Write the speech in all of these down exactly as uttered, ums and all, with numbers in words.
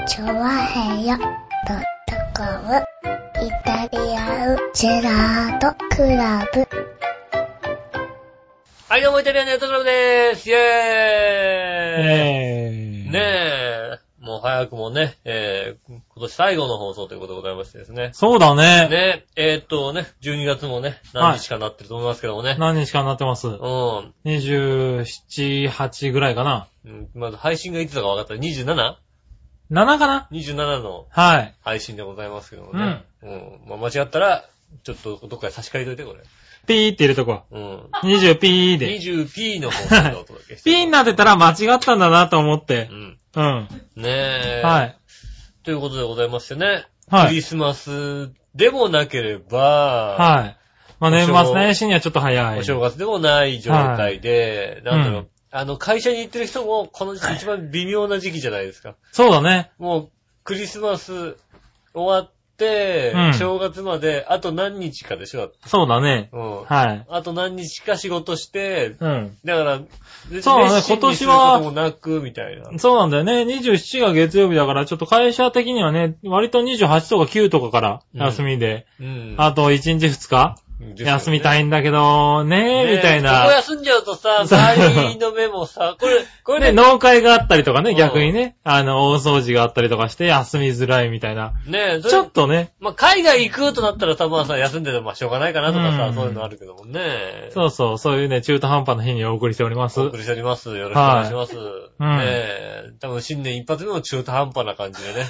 チョワヘヨドットコムイタリアンジェラートクラブ。 はい、どうもイタリアンジェラートクラブでーす。イェーイ、 えー、 ねえ、もう早くもね、えー、今年最後の放送ということでございましてですね。 そうだね。 ねえ、えー、っとね、じゅうにがつもね、何日かなってると思いますけどもね。 何日かなってます。 うん。 にじゅうなな、はちぐらいかな。 うん、まず配信がいつだか分かったら にじゅうなな? なな かな ? にじゅうなな のはい。 配信でございますけどもね。うん。うん。まあ、間違ったら、ちょっとどっかで差し替えといて、これ。 ピーって入れとこう。うん。 にじゅうピーで。 にじゅうピー の放送でお届けして。 ピーになってたら間違ったんだなと思って。 うん。 うん。 ねえ。 はい。 ということでございましてね。 はい。 クリスマスでもなければ、 はい。まあ、年末年始にはちょっと早い。 お正月でもない状態で、はい、なんだろう、 うん、 あの、会社に行ってる人も、この一番微妙な時期じゃないですか。 そうだね。 もう、クリスマス終わって、うん、正月まで、あと何日かでしょ。 そうだね。 うん。 はい。 あと何日か仕事して、 うん。 だから、 そうだね、今年は、 もなく、みたいな。 そうなんだよね。にじゅうしちが月曜日だから、ちょっと会社的にはね、割とにじゅうはちとかきゅうとかから休みで、うん。うん、あといちにちふつか、ね、休みたいんだけど、ねえ、ねみたいな。 ここ休んじゃうとさ、周りの目もさ、これ、これで、農会があったりとかね、逆にね、あの、大掃除があったりとかして、休みづらいみたいな。 ねえ、 ちょっとね。 まあ、海外行くとなったらさ、まあさ、休んでてもまあしょうがないかなとかさ、うん、そういうのあるけどもね。 そうそう、そういうね、中途半端な日にお送りしております。 お送りしております。よろしくお願いします。はい、 うん、 ねえ、多分新年一発目も中途半端な感じでね。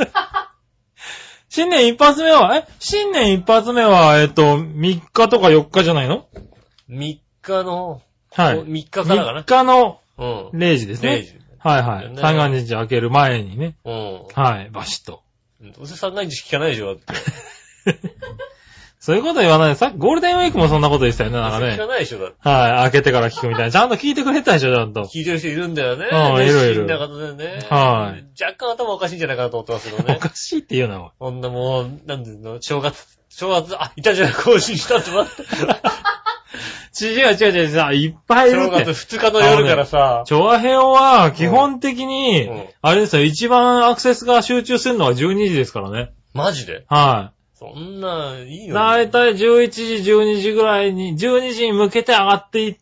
新年一発目は、え新年一発目は、えっと、みっかとかよっかじゃないの ? みっ 日の、 はい。 みっかからかな。 みっかの、うん。れいじですね。れいじ。はいはい。三が日明ける前にね。 うん。 はい、バシッと。 どうせ三が日聞かないでしょ、だって。 そういうこと言わないで、さっきゴールデンウィークもそんなこと言ってたよね、なんかね。 聞かないでしょ、だって。 はい、開けてから聞くみたいな。ちゃんと聞いてくれたでしょ、ちゃんと。 聞いてる人いるんだよね。 うん、いるいる。 な方でね。 はい。 若干頭おかしいんじゃないかなと思ってますけどね。 おかしいって言うな、おい。 こんなもう、なんでの、正月、正月、あ、いたじゃん、更新したって待って。 違う違う違う、さ、いっぱいいるって。 正月ふつかの夜からさ。 チョアヘオは、基本的に、うん、あれですよ、一番アクセスが集中するのはじゅうにじですからね。 マジで？ はい。 そんな、いいの？ だいたいじゅういちじ、じゅうにじぐらいに、じゅうにじに向けて上がっていって、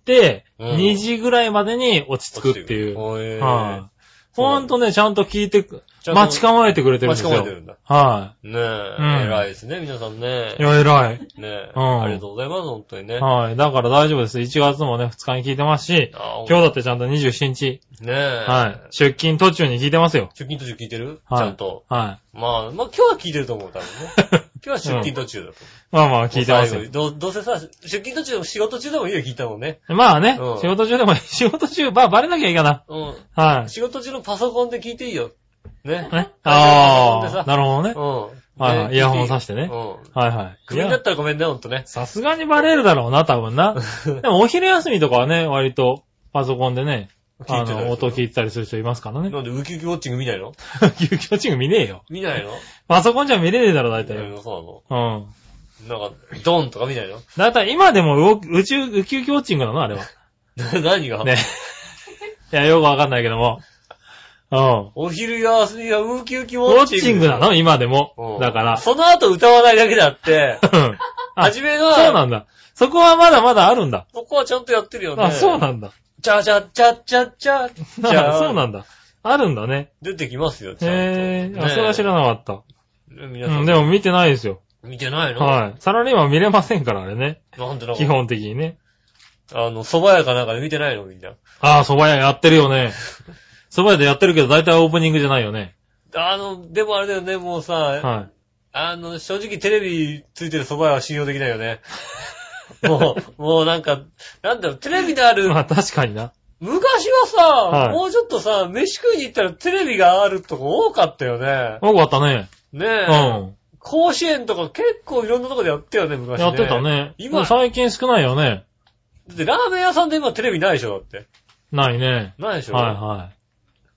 うん、にじぐらいまでに落ち着くっていう。はい、あ。ほんとね、ちゃんと聞いて、待ち構えてくれてるんですよ。 待ち構えてるんだ。 はい。 ねえ、うん、偉いですね、皆さんね。 いや、偉い。 ねえ、うん。ありがとうございます、本当にね。 はい。だから大丈夫です。いちがつもね、ふつかに聞いてますし、今日だってちゃんとにじゅうしちにち。 ねえ。 はい。出勤途中に聞いてますよ。 出勤途中聞いてる？ はい。 ちゃんと。 はい。 まあ、まあ今日は聞いてると思う、多分ね。今日は出勤途中だと。 うん、まあまあ、聞いてますよ。 どう、どうせさ、出勤途中でも仕事中でもいいよ、聞いたもんね。 まあね、うん、仕事中でもいい。仕事中、まあバレなきゃいいかな。 うん。 はい。 仕事中のパソコンで聞いていいよ。ね。 ね。ああ、なるほどね。 うん。 はいはい。イヤホンさしてね。 うん。 はいはい。 クビになったらごめんね、ほんとね。 さすがにバレるだろうな、多分な。でもお昼休みとかはね、割とパソコンでね、あの、音聞いてたりする人いますからね。 なんでウキウキウォッチング見ないの？ ウキウキウォッチング見ねえよ。 見ないの？ パソコンじゃ見れねえだろ、大体。 そうなの？ うん。 なんか、ドンとか見ないの？ だいたい今でも宇宙、ウキウキウォッチングなのあれは。 何が？ ね。いや、よくわかんないけども。うん。 お昼休みはウキウキウォッチング。ウォッチングなの今でも。うん、だから。 その後歌わないだけであって。うん。はじめは。 そうなんだ。そこはまだまだあるんだ。 そこはちゃんとやってるよね。 あ、そうなんだ。 チャチャチャチャチャチャ。 そうなんだ。あるんだね。 出てきますよ、ちゃんと。 へぇー。あ、それは知らなかった。 皆さん。 うん、でも見てないですよ。 見てないの？ はい。サラリーマン見れませんから、あれね。 なんでなんか。 基本的にね。 あの、蕎麦屋かなんかで見てないのみんな。 ああ、蕎麦屋やってるよね。蕎麦屋でやってるけど、だいたいオープニングじゃないよね。 あの、でもあれだよね、もうさ、 はい。 あの、正直テレビついてる蕎麦屋は信用できないよね。もう、もうなんか、なんだろう、テレビである。 まあ確かにな。 昔はさ、 はい、 もうちょっとさ、飯食いに行ったらテレビがあるとこ多かったよね。 多かったね。 ねえ。 うん。 甲子園とか結構いろんなとこでやったよね、昔ね。 やってたね。今、最近少ないよね。 だってラーメン屋さんで今テレビないでしょ、だって。 ないね。 ないでしょ。 はいはい。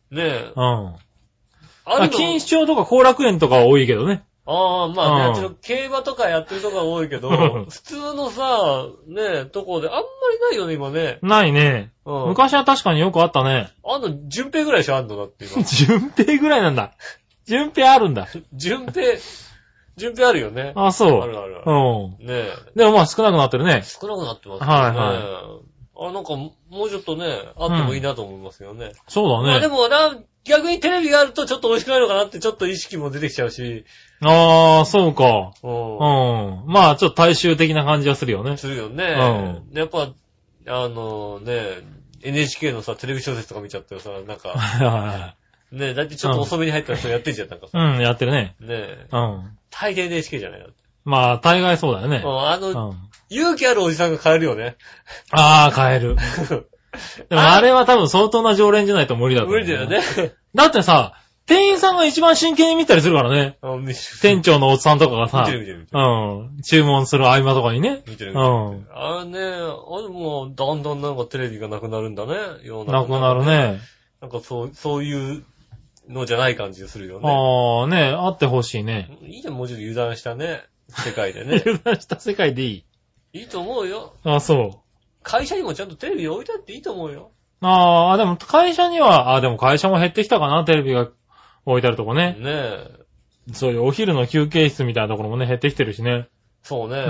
ねえ。 うん。あれ、錦糸町とか後楽園とかは多いけどね。 ああ、まあね、あっちの競馬とかやってるとこが多いけど、普通のさ、ねえ、とこであんまりないよね、今ね。 ないね。うん。昔は確かによくあったね。 あんの、順平ぐらいでしょ、あんのだって今。 順平ぐらいなんだ。 順平あるんだ。 順平、順平あるよね。 あ、そう。 あるある。 うん。 ねえ。 でもまあ少なくなってるね。 少なくなってますね。 はいはい。 あ、なんか、もうちょっとね、あってもいいなと思いますよね。うん、 そうだね。 まあでもな、逆にテレビがあるとちょっと美味しくないのかなってちょっと意識も出てきちゃうし。 ああ、そうか。 うん。 うん。まあちょっと大衆的な感じはするよね。 するよね。うん。やっぱ、あのね、エヌエイチケー のさ、テレビ小説とか見ちゃったらさ、なんか、ね、だってちょっと遅めに入ったらそれやってんじゃん、なんかさ。 うん、やってるね。 ねえ。 うん。 大抵 エヌエイチケー じゃないよ。 まあ、大概そうだよね。 うん、あの、 うん、 勇気あるおじさんが買えるよね。 ああ、買える。でもあれは多分相当な常連じゃないと無理だと思う。 無理だよね。 だってさ、店員さんが一番真剣に見たりするからね。店長のおっさんとかがさ、 見てる見てる見てる。うん。注文する合間とかにね。 見てる見てる。 うん。 あれね、あれもうだんだんなんかテレビがなくなるんだね。世の中、 なくなるね。 なんかそう、そういうのじゃない感じがするよね。 ああ、ね、あってほしいね。 いいじゃん、もうちょっと油断したね。世界でね。 油断した世界でいい。 いいと思うよ。 あ、そう。 会社にもちゃんとテレビ置いてあっていいと思うよ。 ああ、でも会社には、あでも会社も減ってきたかな、テレビが置いてあるとこね。 ねえ。 そういうお昼の休憩室みたいなところもね、減ってきてるしね。 そうね。 うん。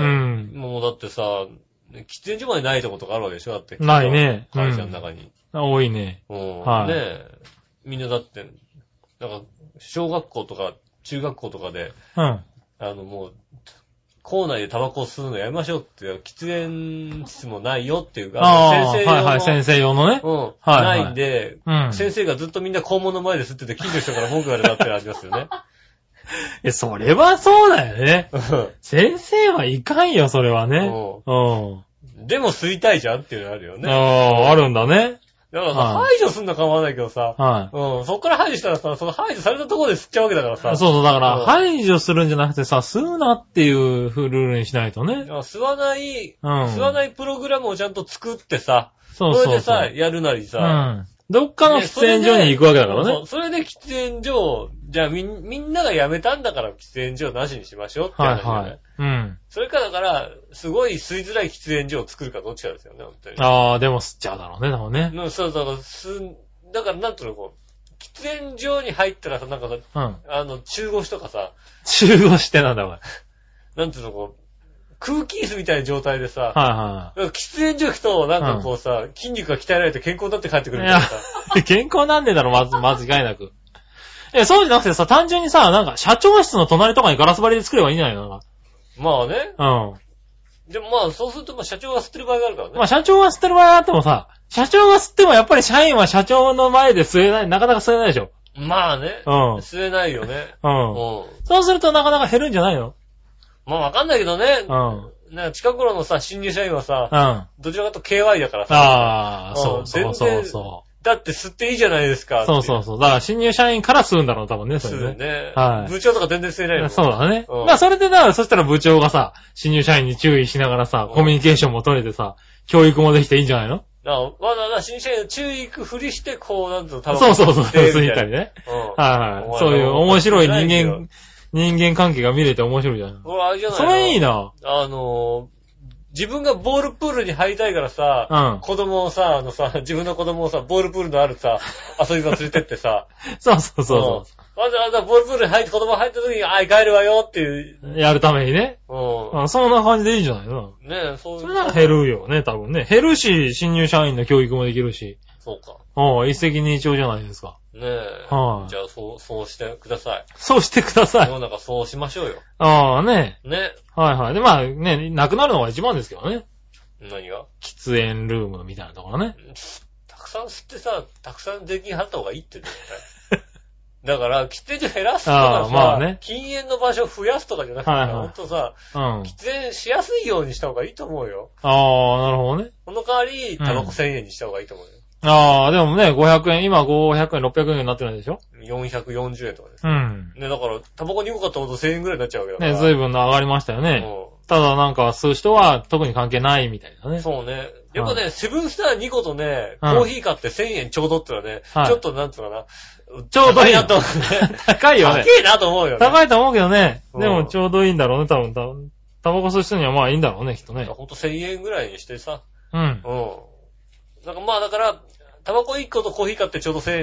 もうだってさ、喫煙所までないとことかあるわけでしょだって。 ないね。 会社の中に。 うん、多いね。 うん。 はい。 ねえ。みんなだって、なんか、小学校とか中学校とかで、 うん。あのもう、校内でタバコを吸うのやめましょうって、喫煙室もないよっていうか、 あ先生用の。はいはい、先生用のね。 うん。はい、はい。ないんで、うん、先生がずっとみんな校門の前で吸ってて、近所の人から文句言われたってありますよね。 え、それはそうだよね。先生はいかんよ、それはね。うん。 うん。でも吸いたいじゃんっていうのあるよね。 ああ、あるんだね。 だからさ、はい、排除すんの構わないけどさ、はい。うん。そっから排除したらさ、その排除されたところで吸っちゃうわけだからさ。 そうそう、だから、排除するんじゃなくてさ、吸うなっていうルールにしないとね。 吸わない、うん、吸わないプログラムをちゃんと作ってさ、 そうそうそう。 それでさ、やるなりさ、うん。 どっかの喫煙所に行くわけだからね。 そう、それで喫煙所を、じゃあみ、みんなが辞めたんだから喫煙所なしにしましょうって話じゃない、はいはい、うん。それからだから、すごい吸いづらい喫煙所を作るかどっちかですよね、本当に。 ああ、でも吸っちゃうだろうね、でもね。 うん、そう、だから、吸だからなんとなくこう、喫煙所に入ったらさ、なんかさ、うん、あの、中腰とかさ、 中腰ってなんだ、お前。 なんていうの、こう、空気椅子みたいな状態でさ、はいはい。 喫煙所行くと、なんかこうさ、うん、筋肉が鍛えられて健康になって帰ってくるみたいなさ。 いや、健康なんでだろ、まず、間違いなく。いや、そうじゃなくてさ、単純にさ、なんか、社長室の隣とかにガラス張りで作ればいいんじゃないの？ まあね。 うん。 でもまあ、そうすると、まあ、社長が吸ってる場合があるからね。 まあ、社長が吸ってる場合があってもさ、社長が吸ってもやっぱり社員は社長の前で吸えない、なかなか吸えないでしょ。 まあね。 うん。 吸えないよね。 うん。うん。そうするとなかなか減るんじゃないの？ まあわかんないけどね。 うん。 なんか近頃のさ、新入社員はさ、 うん。 どちらかと ケーワイ だからさ。 ああ、そうそうそうそう。 だって吸っていいじゃないですか。 そうそうそう。だから新入社員から吸うんだろう、多分ね、 それね。吸うね。 はい。 部長とか全然吸えないの。 そうだね。うん、まあそれでな、そしたら部長がさ、新入社員に注意しながらさ、コミュニケーションも取れてさ、教育もできていいんじゃないの？ あわざわざ新入社員の注意行くふりして、こう、なんとタバコ吸ってそうそうそう、吸いたりね。うん。はいはい。そういう面白い人間、人間関係が見れて面白いじゃん。 これあれじゃないの？ それいいな。 あのー、自分がボールプールに入りたいからさ、うん、子供をさ、あのさ、自分の子供をさ、ボールプールのあるさ、遊び場連れてってさ、 そうそうそう。 わざわざボールプールに入って、子供入った時に、あい、帰るわよっていう。 やるためにね。 うん。 そんな感じでいいんじゃないの？ ねえ、そういう。 それなら減るよね、多分ね。減るし、新入社員の教育もできるし。 そうか。 うん、一石二鳥じゃないですか。 ねえ。はい。じゃあ、そう、そうしてください。 そうしてください。 世の中そうしましょうよ。 ああ、ねえ。ね。 はいはい。で、まあね、なくなるのが一番ですけどね。 何が？ 喫煙ルームみたいなところね。 たくさん吸ってさ、たくさん税金払った方がいいって言うんだよ。だから、喫煙所減らすとかさ、まあね、禁煙の場所を増やすとかじゃなくて、はいはい、ほんとさ、うん、喫煙しやすいようにした方がいいと思うよ。 ああ、なるほどね。 この代わり、タバコせんえんにした方がいいと思うよ。 うん、ああ、でもね、ごひゃくえん、今ごひゃくえん、ろっぴゃくえんになってないでしょ？ よんひゃくよんじゅうえんとかです。 うん。 ね、だから、タバコにごかったほどせんえんぐらいになっちゃうわけだから。 ね、随分上がりましたよね。うん、ただなんか吸う人は特に関係ないみたいなね。 そうね。やっぱね、うん、セブンスターにことね、コーヒー買ってせんえんちょうどってのはね、うん、ちょっとなんつうかな、 ちょうどいい。 高いなと思うね。 高いよね。 高いなと思うよね。 高いと思うけどね。でもちょうどいいんだろうね、多分。タバコ吸う人にはまあいいんだろうね、きっとね。 ほんとせんえんぐらいにしてさ。 うん。 うん。だからまあだから、タバコいっことコーヒー買ってちょうどせんえん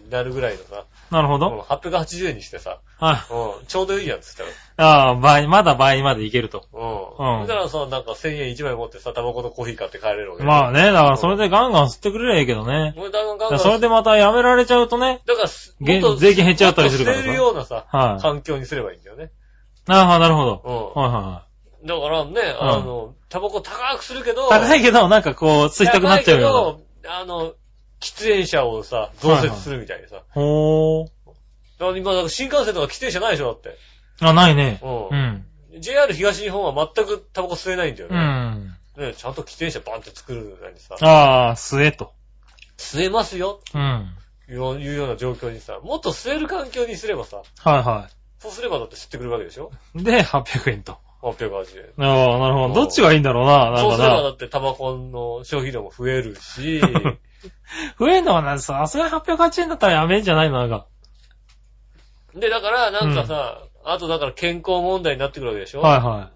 になるぐらいのさ。 なるほど。 うん、はっぴゃくはちじゅうえんにしてさ。 はい。 うん。ちょうどいいやつったら。 ああ、倍、まだ倍までいけると。 うん。うん。だからさ、なんかせんえんいちまい持ってさ、タバコとコーヒー買って帰れるわけ。 まあね、だからそれでガンガン吸ってくれりゃいいけどね。 うん、ガンガンそれでまたやめられちゃうとね。 だから、 税金減っちゃったりするからさ。 吸えるようなさ、 はい。 環境にすればいいんだよね。 ああ、なるほど。うん。はいはいはい。 だからね、あの、タバコ高くするけど。 高いけど、なんかこう、吸いたくなっちゃうよ。 高いけど、あの、喫煙者をさ、増設するみたいにさ。 はいはい、ほー。 だから今、新幹線とか喫煙者ないでしょ、だって。 あ、ないね。 うん。うん、ジェイアール 東日本は全くタバコ吸えないんだよね。うん。ね、ちゃんと喫煙者バンって作るのにさ。 ああ、吸えと。 吸えますよ。 うん。 いうような状況にさ、もっと吸える環境にすればさ。 はいはい。 そうすればだって吸ってくるわけでしょ。 で、はっぴゃくえんと。 はっぴゃくはちじゅうえん。 ああ、なるほど。どっちがいいんだろうな、なんかな。 そうすればだってタバコの消費量も増えるし。 増えんのはな、さすがにはっぴゃくはちえんだったらやめんじゃないのなんか。 で、だから、なんかさ、うん、あとだから健康問題になってくるわけでしょ。 はいはい。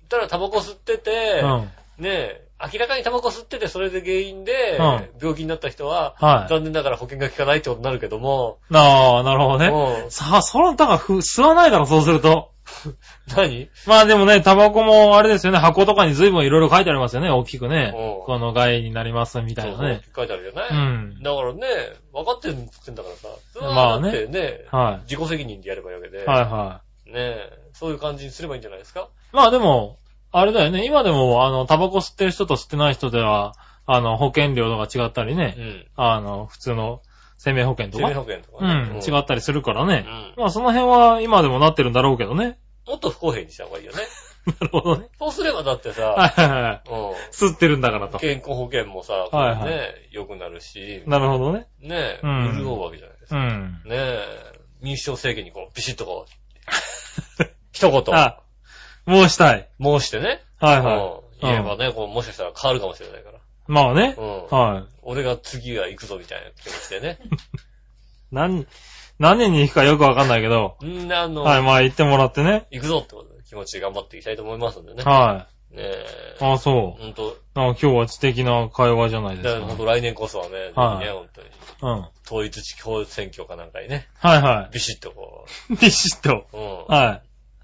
ただタバコ吸ってて、うん、ねえ、明らかにタバコ吸っててそれで原因で、うん、病気になった人は、はい、残念ながら保険が効かないってことになるけども。 ああ、なるほどね。うん、さあ、それ、だから、吸わないだろ、そうすると。 何？ まあでもね、タバコもあれですよね、箱とかに随分いろいろ書いてありますよね、大きくね。この害になりますみたいなね。 そうそう書いてあるよね。 うん。 だからね、分かってるんだからさ。まあね。だってね、はい、自己責任でやればいいわけで。 はいはい。 ねえ、そういう感じにすればいいんじゃないですか。 まあでも、あれだよね、今でも、あの、タバコ吸ってる人と吸ってない人では、あの、保険料が違ったりね。うん。あの、普通の生命保険とか。 生命保険とかね。 うん、違ったりするからね。うん。まあその辺は今でもなってるんだろうけどね。 もっと不公平にした方がいいよね。 なるほどね。 そうすればだってさ、 はいはいはい。うん。吸ってるんだからと。 健康保険もさ、はいはい、ね、良くなるし。 なるほどね。 ねえ、うん、潤うわけじゃないですか。うん。ねえ、認証制限にこう、ビシッとこう、一言。あ、 申したい。 申してね。 はいはい。 言えばね、こう、もしかしたら変わるかもしれないから。 まあね。うん。はい。 俺が次は行くぞみたいな気持ちでね。 何、何年に行くかよくわかんないけど。 んあの、 はい、まあ行ってもらってね。 行くぞってことで気持ちで頑張っていきたいと思いますんでね。 はい。 ねえ。 ああ、そう。ほんと。ああ、今日は知的な会話じゃないですか。 だからほんと来年こそはね、はい、ね、ほんとに。うん。統一地方選挙かなんかにね。 はいはい。 ビシッとこう。ビシッと。うん。はい。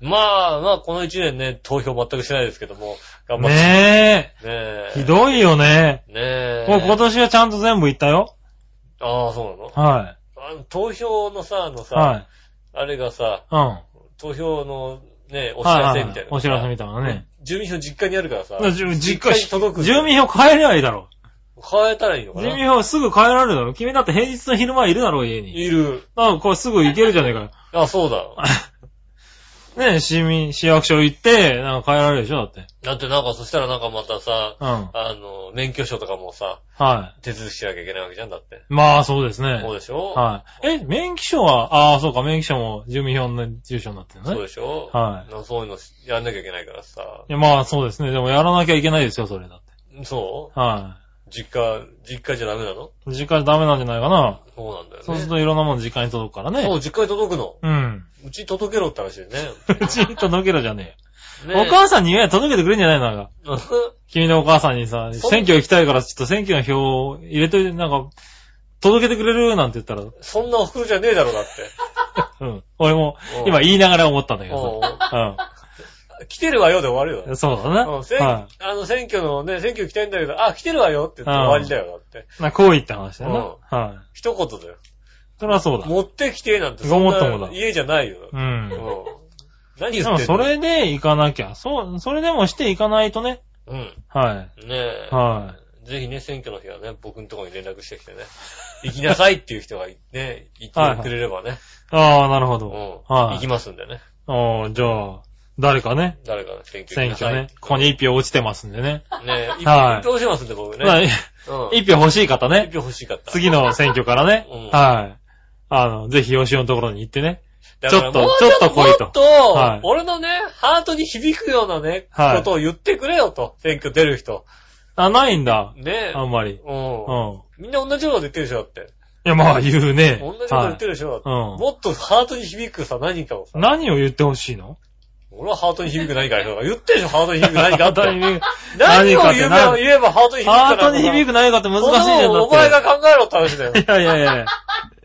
まあ、まあ、この一年ね、投票全くしてないですけども、頑張って。 ねえ。 ねえ。 ひどいよね。 ねえ。 もう今年はちゃんと全部行ったよ。 ああ、そうなの？ はい。 あの投票のさ、あのさ、 はい。 あれがさ、 うん。 投票のね、お知らせみたいな、はいはい。 お知らせみたいなね。 住民票実家にあるからさ。 実家に届く。住民票変えりゃいいだろ。 変えたらいいのかな？ 住民票すぐ変えられるだろ。君だって平日の昼間いるだろ、家に。 いる。 あ、これすぐ行けるじゃねえかよ。 あ、そうだ。 ねえ、市民、市役所行って、なんか変えられるでしょ、だって。 だってなんか、そしたらなんかまたさ、うん。あの、免許証とかもさ、はい。手続きしなきゃいけないわけじゃんだって。 まあ、そうですね。 そうでしょ？ はい。え、免許証は、ああ、そうか、免許証も住民票の住所になってるね。 そうでしょ？ はい。そういうのやんなきゃいけないからさ。 いや、まあ、そうですね。でもやらなきゃいけないですよ、それだって。 そう？ はい。 実家、実家じゃダメなの？ 実家じゃダメなんじゃないかな。 そうなんだよね。 そうするといろんなもの実家に届くからね。 そう、実家に届くの。 うん。 うちに届けろって話でね。 うちに届けろじゃねえよ。ね、お母さんに言えば届けてくれんじゃないのなんか。君のお母さんにさ、選挙行きたいからちょっと選挙の票を入れといて、なんか、届けてくれるなんて言ったら。 そんなお袋じゃねえだろ、だって。 うん。俺も、今言いながら思ったんだけどさ。うん。 来てるわよで終わるよ。 そうだな。 うん、選挙、はい、あの、選挙のね、選挙行きたいんだけど、あ、来てるわよって言って終わりだよ、だって。 まあ、こう言った話だよな。うん、はい。 一言だよ。 それはそうだ。 持ってきてなんてそんな家じゃないよ。うん。うん。何言ってんの？でもそれで行かなきゃ。そう、それでもして行かないとね。 うん。 はい。 ねえ。 はい。 ぜひね、選挙の日はね、僕のところに連絡してきてね。行きなさいっていう人がね、言ってくれればね。 はいはい、ああ、なるほど。 うん。はい。行きますんでね。 ああ、じゃあ。誰かね。 誰か選挙選挙ね。ここに一票落ちてますんでね。 ねえ、一票落ちてますんで僕ね。 はい。一票欲しい方ね。 一票欲しい方。 次の選挙からね。うん、はい。あの、ぜひ吉尾のところに行ってね。ちょっと、ちょっと来いと。 もっと、はい、俺のね、ハートに響くようなね、はい、ことを言ってくれよと。選挙出る人。 あ、ないんだ。 ねえ。 あんまり。 うん。うん。みんな同じようなこと言ってるでしょ、だって。 いや、まあ言うね。 同じこと言ってるでしょ、だって。うん。もっとハートに響くさ、何かをさ。 何を言ってほしいの？ 俺はハートに響く何か言ってるでしょ、ハートに響く何かって。何を言えば、言えばハートに響くか。ハートに響く何かって難しいじゃん。 お前が考えろって話だよ。 いやいやいや。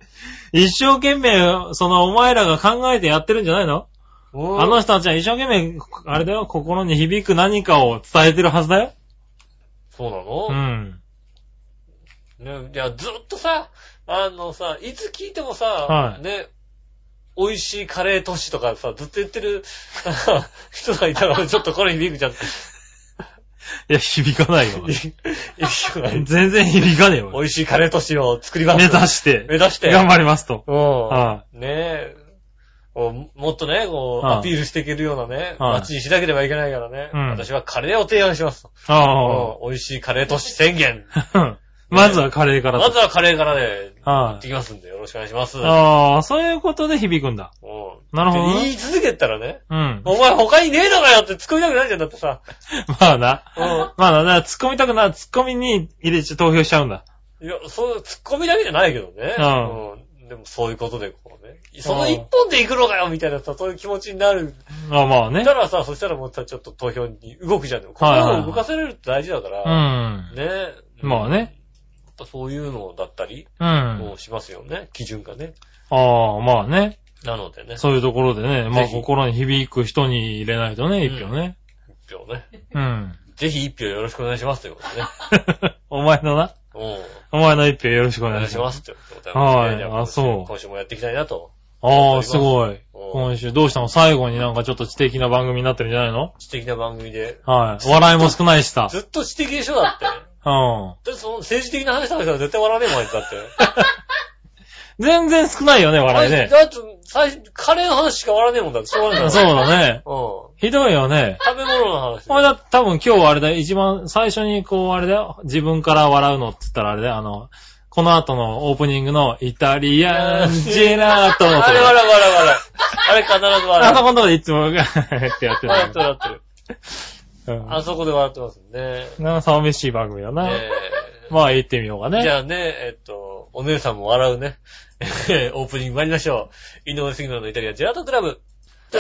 一生懸命、そのお前らが考えてやってるんじゃないの？あの人たちは一生懸命、あれだよ、心に響く何かを伝えてるはずだよ。 そうなの？ うん。 ね、いや、ずっとさ、あのさ、いつ聞いてもさ、 はい、 ね、美味しいカレー都市とかさ、ずっと言ってる人がいたからちょっとこれ響くじゃん。いや、響かないよ。 響かない。 全然響かねえよ。 美味しいカレー都市を作ります。 目指して。 目指して。 頑張りますと。 うん。はい、ねえ。もっとね、こう、アピールしていけるようなね、街にしなければいけないからね。うん、私はカレーを提案しますと。ああ、美味しいカレー都市宣言。 まずはカレーから。 まずはカレーからで、行ってきますんで、よろしくお願いします。 ああ、そういうことで響くんだ。うん。なるほど、ね。 言い続けたらね。うん。お前他にねえのかよって突っ込みたくないじゃん、だってさ。 まあな。うん。まあな、な突っ込みたくな、突っ込みに入れて投票しちゃうんだ。 いや、そう、突っ込みだけじゃないけどね。うん。うん、でもそういうことで、こうね。その一本で行くのかよみたいなさ、そういう気持ちになる。 ああ、まあね。 だからさ、そしたらもうさ、ちょっと投票に動くじゃん。心を動かせれるって大事だから。うん。ね。 まあね。 そういうのだったり、 うん。 もうしますよね。基準がね。 ああ、まあね。 なのでね。 そういうところでね、まあ心に響く人に入れないとね、一票ね。 一票ね。 うん。 ぜひ一票よろしくお願いしますということでね。 お前のな。 うん。 お前の一票よろしくお願いします。 ということでございます。 はい。あ、そう。 今週もやっていきたいなと。 ああ、すごい。今週どうしたの？最後になんかちょっと知的な番組になってるんじゃないの？ 知的な番組で。 はい。笑いも少ないしさ。 ずっと知的でしょ、だって。うん。だってその政治的な話とかしたら絶対笑わねえもん、だって。 全然少ないよね、笑いね。 だって、最初、カレーの話しか笑わねえもんだって、しょうがない。 そうだね。 うん。 ひどいよね。 食べ物の話。 これだって多分今日あれだよ、一番最初にこうあれだよ、自分から笑うのって言ったらあれだよ、あの、この後のオープニングのイタリアンジェラートの。 あれ笑う笑う笑う。あれ必ず笑う。 あそこのとこでいつも、ってやってる。 笑ってる笑ってる。うん、あそこで笑ってますね。 な、寂しい番組だな。えー、まあ行ってみようかね。 じゃあね、えっと、お姉さんも笑うね。オープニング参りましょう。井上杉村のイタリアンジェラートクラブ。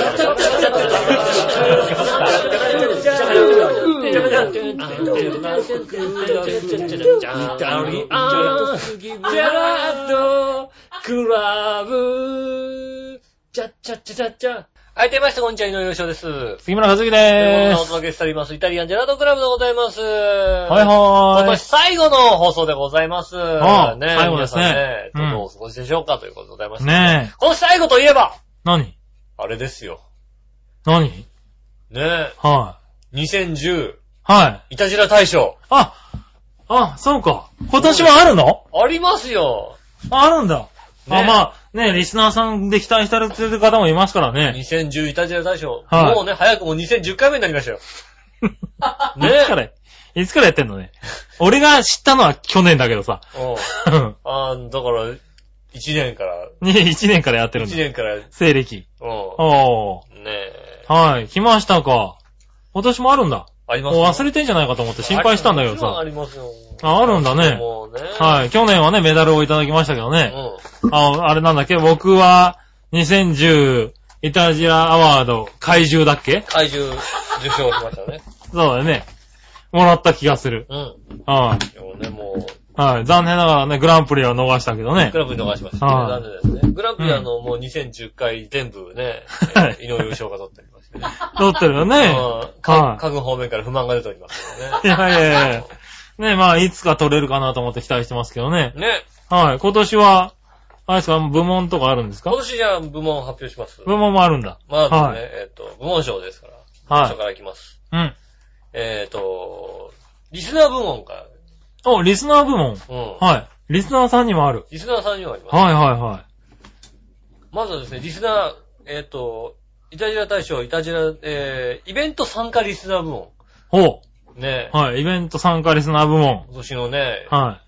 はい、出ました、こんにちは、井上洋翔です。 杉村和樹でーす。 お届けしております、イタリアンジェラートクラブでございます。 はいはーい。 今年最後の放送でございます。 ああ、ね、最後ですね。 皆さんね、どうお過ごしでしょうかということでございます。 ねえ。 今年最後といえば何あれですよ。 何ねえ。 はい。 にせんじゅう。 はい。 イタジラ大賞。 あ、あ、そうか。今年はあるの？ ありますよ。 あるんだ。ね、あ、まあ、ね、リスナーさんで期待されてる方もいますからね。 にせんじゅうイタジラ大賞。はい。もうね、早くもにせんじゅっかいめになりましたよ。 ね。いつから、いつからやってんのね。俺が知ったのは去年だけどさ。 うん。ああ、だから、いちねんから。 ね、いちねんからやってるんだ。 いちねんから。 西暦。 うん。 おー。 ねえ。 はい、来ましたか。今年もあるんだ。 ありますよ。忘れてんじゃないかと思って心配したんだけどさ。 ありますよ。 あ、あるんだね。 もうね。 はい。去年はね、メダルをいただきましたけどね。うん。あ、あれなんだっけ、僕は、にせんじゅうイタジラアワード怪獣だっけ？ 怪獣受賞しましたね。 そうだよね。もらった気がする。 うん。 はい。 でもね、もう。 はい。残念ながらね、グランプリは逃したけどね。 グランプリ逃しましたね。残念ですね。グランプリはあの、もうにせんじゅっかい全部ね、井上翔が取っておりましてね。 取ってるよね。 各方面から不満が出ておりますけどね。 いやいやいや。ね、まあ、いつか取れるかなと思って期待してますけどね。 ね。 はい。今年は、あれですか、部門とかあるんですか？ 今年じゃあ部門発表します。 部門もあるんだ。 まずね、はい、えっ、ー、と、部門賞ですから。はい。部門賞からいきます。 うん。 えっ、ー、と、リスナー部門から。 お、リスナー部門。 うん。 はい。リスナーさんにもある。 リスナーさんにもあります。 はいはいはい。 まずはですね、リスナー、えっ、ー、と、イタジラ大賞、イタジラ、えー、イベント参加リスナー部門。 ほう。ね。 はい。イベント参加リスナー部門。 今年のね、 はい。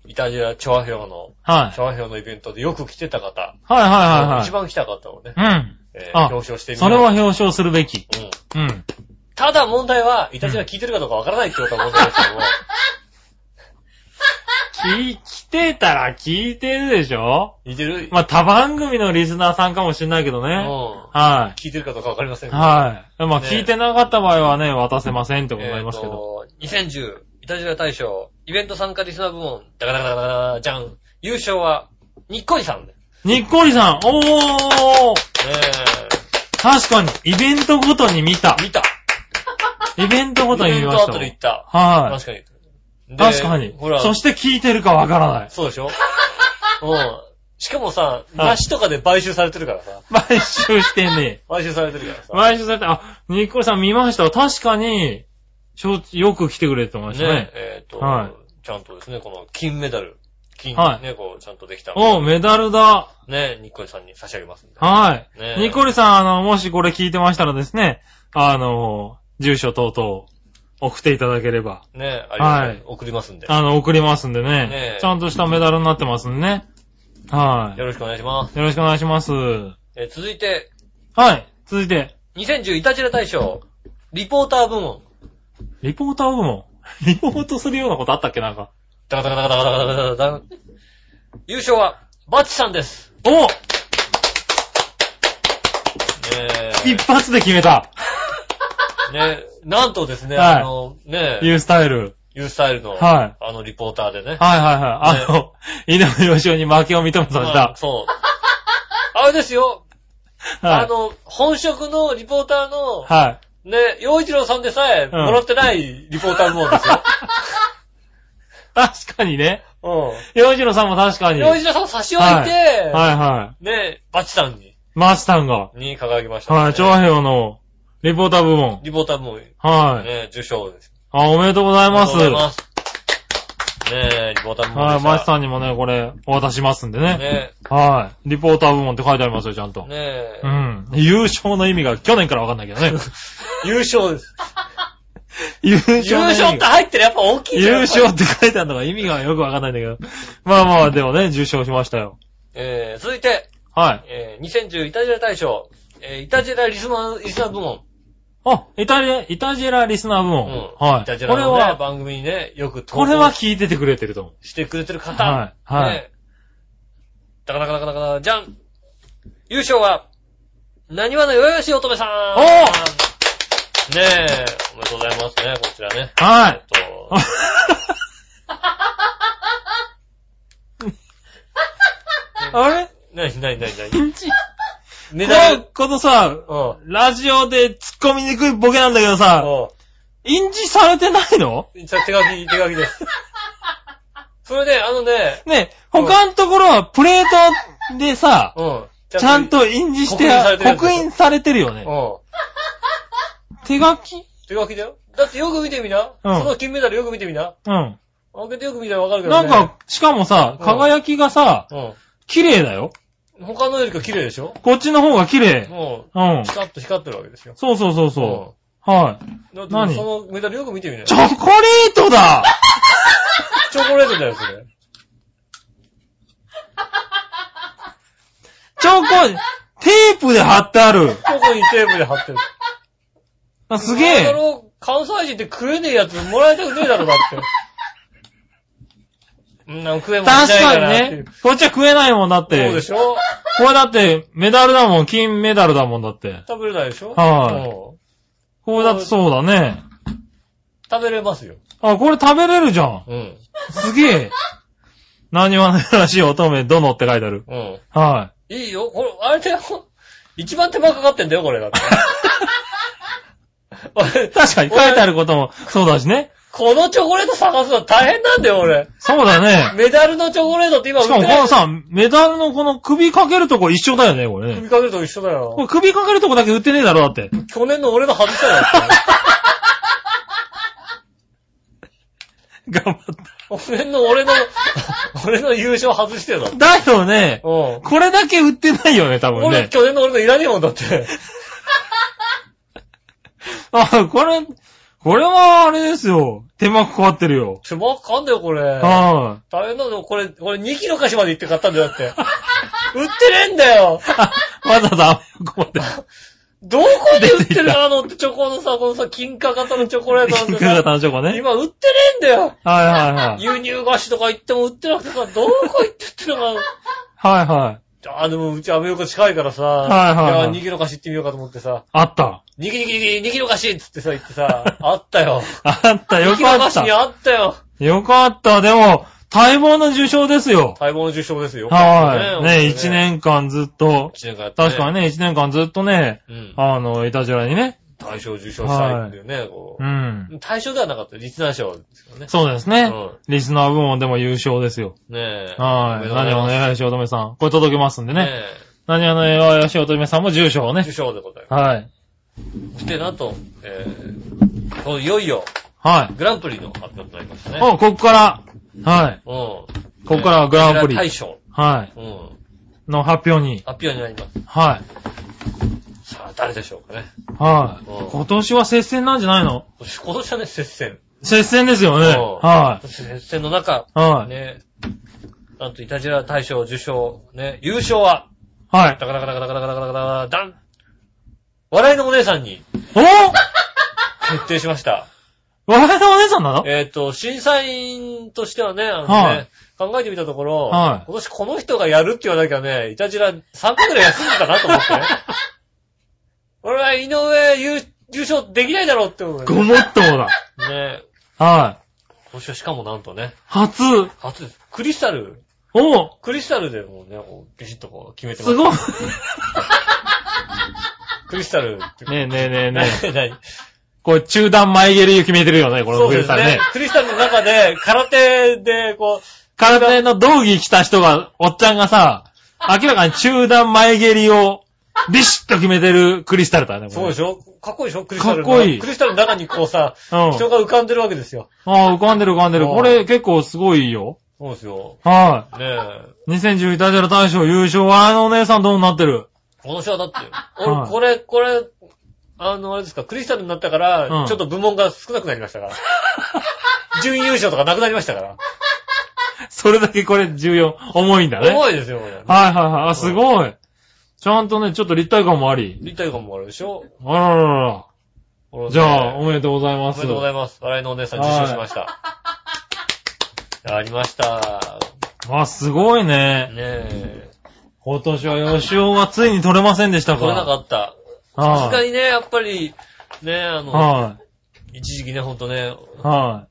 イタジラチョア票の、 はい。 チョア票のイベントでよく来てた方。 はいはいはいはい。 一番来た方をね。 うん。 えー、表彰してみる。 それは表彰するべき。 うん。うん。ただ問題は、イタジラ聞いてるかどうかわからないってことが問題ですけども。 聞、来てたら聞いてるでしょ？ 聞いてる？ まあ、他番組のリスナーさんかもしれないけどね。うん。はい。 聞いてるかどうかわかりませんけど。はい。まあ、ね、聞いてなかった場合はね、渡せませんってことになりますけど。 えー、にせんじゅう、イタジラ大賞、イベント参加リスナー部門、ダカダカダカダカじゃん。優勝は、ニッコリさんで。 にっこりさん、おー。ねえ。確かに、イベントごとに見た。 見た。 イベントごとに見ました。イベント後で行った。 はい。 確かに。 確かに。ほら。そして聞いてるかわからない。 そうでしょうん。しかもさ、梨とかで買収されてるからさ。 買収してね。 買収されてるからさ。 買収されて、あ、ニッコリさん見ました。確かに、よく来てくれてましたね。ねえっと、はい、ちゃんとですね、この金メダル。金はい、 ね、こう、ちゃんとできた。 お、メダルだ。 ね、ニッコリさんに差し上げますんで。 はい。ね、ニッコリさん、あの、もしこれ聞いてましたらですね、あの、住所等々、送っていただければ。 ね、ありがとう。はい。送りますんで。 あの、送りますんでね。ね、ちゃんとしたメダルになってますんでね。はい。 よろしくお願いします。 よろしくお願いします。 え、続いて。 はい。続いて。 にせんじゅうイタジラ大賞、リポーター部門。 リポーター部門リポートするようなことあったっけなんか。 ダカダカダカダカダカダカダカ。優勝は、バッチさんです。 おねえ。一発で決めた。 ねえ、なんとですね、はい、あの、ねえ。ユースタイル。 ユースタイルの、はい。あの、リポーターでね。 はいはいはい。ね、あの、井上義雄に負けを認めさせた。まあ、 そう。あれですよ。はい。あの、本職のリポーターの、はい。ね、洋一郎さんでさえ、もらってないリポーター部門ですよ。 確かにね。 うん。 洋一郎さんも確かに。 洋一郎さんを差し置いて、はい、 はいはい。 ね、バチさんに。 バチさんが。 に輝きましたね。 はい、長平のリポーター部門。 リポーター部門。 はい。 ね、受賞です。 あ、おめでとうございます。 おめでとうございます。ねえ、リポーター部門。 はい、バチさんにもね、これ、お渡ししますんでね。ねはい。リポーター部門って書いてありますよ、ちゃんと。 ねえ。 うん。優勝の意味が去年からわかんないけどね。 優勝です。 優勝。 優勝って入ってるやっぱ大きい優勝って書いてあるのが意味がよくわかんないんだけど。まあまあ、でもね、受賞しましたよ。 えー、続いて。 はい。 えー、にせんじゅうイタジラ大賞。えー、イタジラリスナー、リスナー部門。 あ、イタジラ、イタジラリスナー部門。 うん。はい。イタジラのね、これは番組にね、よく投稿これは聞いててくれてると思う。 してくれてる方。 はい。はい。 ね、だからだからだから、じゃん。優勝は、なにわのよよし乙女さん。 おーねえ、おめでとうございますね、こちらね。 はい。 えっとあれなになになになにメダル。このさ、うん、ラジオで突っ込みにくいボケなんだけどさ、うん、印字されてないの？ 手書き、手書きです。それで、あのね。 ね、他のところはプレートでさ、うん、ちゃんと印字して、刻印されてるよね。うん、手書き？ 手書きだよ。だってよく見てみな。うん、その金メダルよく見てみな。 うん。 開けてよく見たらわかるけどね。 なんか、しかもさ、輝きがさ、うん、綺麗だよ。 他のよりか綺麗でしょ？ こっちの方が綺麗。 うん。うん。ピカッと光ってるわけですよ。 そうそうそうそう。うん、はい。 だって何？そのメダルよく見てみな。 チョコレートだチョコレートだよ、それ。 チョコ、テープで貼ってある。 チョコにテープで貼ってる。 あ、すげえ。 関西人って食えねえやつもらいたくねえだろ、だって。うん、食えもしないからって。 確かにね。こっちは食えないもんだって。 そうでしょ？ これだって、メダルだもん、金メダルだもんだって。 食べれないでしょ？ はい、あ。これだってそうだね。 食べれますよ。 あ、これ食べれるじゃん。 うん。 すげえ。何話のよろしい乙女、どのって書いてある。 うん。 はい。 いいよ。これ、あれだよ。一番手間かかってんだよ、これだって。 確かに書いてあることもそうだしね。 このチョコレート探すの大変なんだよ、俺。 そうだね。 メダルのチョコレートって今売ってない。 しかもこのさ、メダルのこの首かけるとこ一緒だよね、これね。 首かけるとこ一緒だよ。 これ首かけるとこだけ売ってねえだろ、だって。 去年の俺の外したよ、だって。 頑張った。 俺の、俺の、俺の優勝外してよ、だって。 だよね。うん。これだけ売ってないよね、多分ね。 俺、去年の俺のいらねえもんだって。 あ、これ、これはあれですよ。手間かかってるよ。 手間かかんだよ、これ。 はい。 大変なんだよ、これ、これにキロ菓子まで行って買ったんだよ、だって。売ってねえんだよ。 わざわざここまで。 どこで売ってるかなのってチョコのさ、このさ、金貨型のチョコレートなんだよ。 金貨型のチョコね。 今売ってねえんだよ。 はいはいはい。 輸入菓子とか行っても売ってなくてさ、どこ行って売ってるのかな。はいはい。 あ、でもうちアメリカ近いからさ、 はいはい、はい。いや、 にキロ菓子行ってみようかと思ってさ。 あった。 にキロ、にキロ、にキロ菓子っつってさ、言ってさ、あったよ。 あった、よかった。にキロ菓子にあったよ。 よかった、でも、 待望の受賞ですよ。 待望の受賞ですよ。 はい。ね、一年間ずっと。 一年間やってね。 確かにね、一年間ずっとね、うん、あの、いたじらにね。 大賞受賞したいっていうね、はい、こう。うん。大賞ではなかった、リスナー賞ですよね。 そうですね。うん、リスナー部門でも優勝ですよ。 ねえ。 はい。何話のよしおとめさん。これ届けますんでね。ねえ。何話のよしおとめさんも受賞ね。 受賞でございます。 はい。 そしてなんと、えー、いよいよ。 はい。 グランプリの発表となりましたね。 お、ここから。はい。うん。ここからはグランプリ。 大賞。 はい。うん。の発表に。 発表になります。 はい。 さあ、誰でしょうかね。 はい。うん、今年は接戦なんじゃないの？ 今年はね、接戦。 接戦ですよね。はい。 接戦の中。 はい。 ね。なんと、イタジラ大賞受賞。ね。優勝は。 はい。 ダカダカダカダカダカダカダカダン。笑いのお姉さんに。 お決定しました。 笑いのお姉さんなの？ えっと、審査員としてはね、あのね、はい、考えてみたところ、はい、今年この人がやるって言わなきゃね、イタジラさんかいぐらい休んでたなと思ってね。俺は井上優勝できないだろうって思う、ね。 ごもっともだ。 ね。 はい。 今年はしかもなんとね。 初初です。クリスタル。 おクリスタルでもうね、ビシッとこう決めてます。 すごい。 クリスタルって。 ねえねえねえねえ。何これ中段前蹴り決めてるよね、このクリスタルね。 クリスタルの中で、空手で、こう、 空手の道着着た人が、おっちゃんがさ、明らかに中段前蹴りを、ビシッと決めてるクリスタルだね、これ。 そうでしょ？かっこいいでしょ？クリスタル。 かっこいい。 クリスタルの中にこうさ、うん、人が浮かんでるわけですよ。 ああ、浮かんでる浮かんでる。これ結構すごいよ。 そうですよ。 はい。 ねえ。 にせんじゅうイタジラ大賞優勝は、あのお姉さんどうなってる？ 今年はだって、俺、はい、これ、これ、あの、あれですか、クリスタルになったから、うん、ちょっと部門が少なくなりましたから。準優勝とかなくなりましたから。 それだけこれ重要、重いんだね。 重いですよ、これ。 はいはいはい。あ、すごい。ちゃんとね、ちょっと立体感もあり。 立体感もあるでしょ？ あらららら。じゃあ、おめでとうございます。 おめでとうございます。笑いのお姉さん受賞しました。やりました。 あ、すごいね。 ねえ。 今年は吉尾がついに取れませんでしたか？ 取れなかった。さすがにね、やっぱり、ね、あの、 はい、 一時期ね、ほんとね、 はい、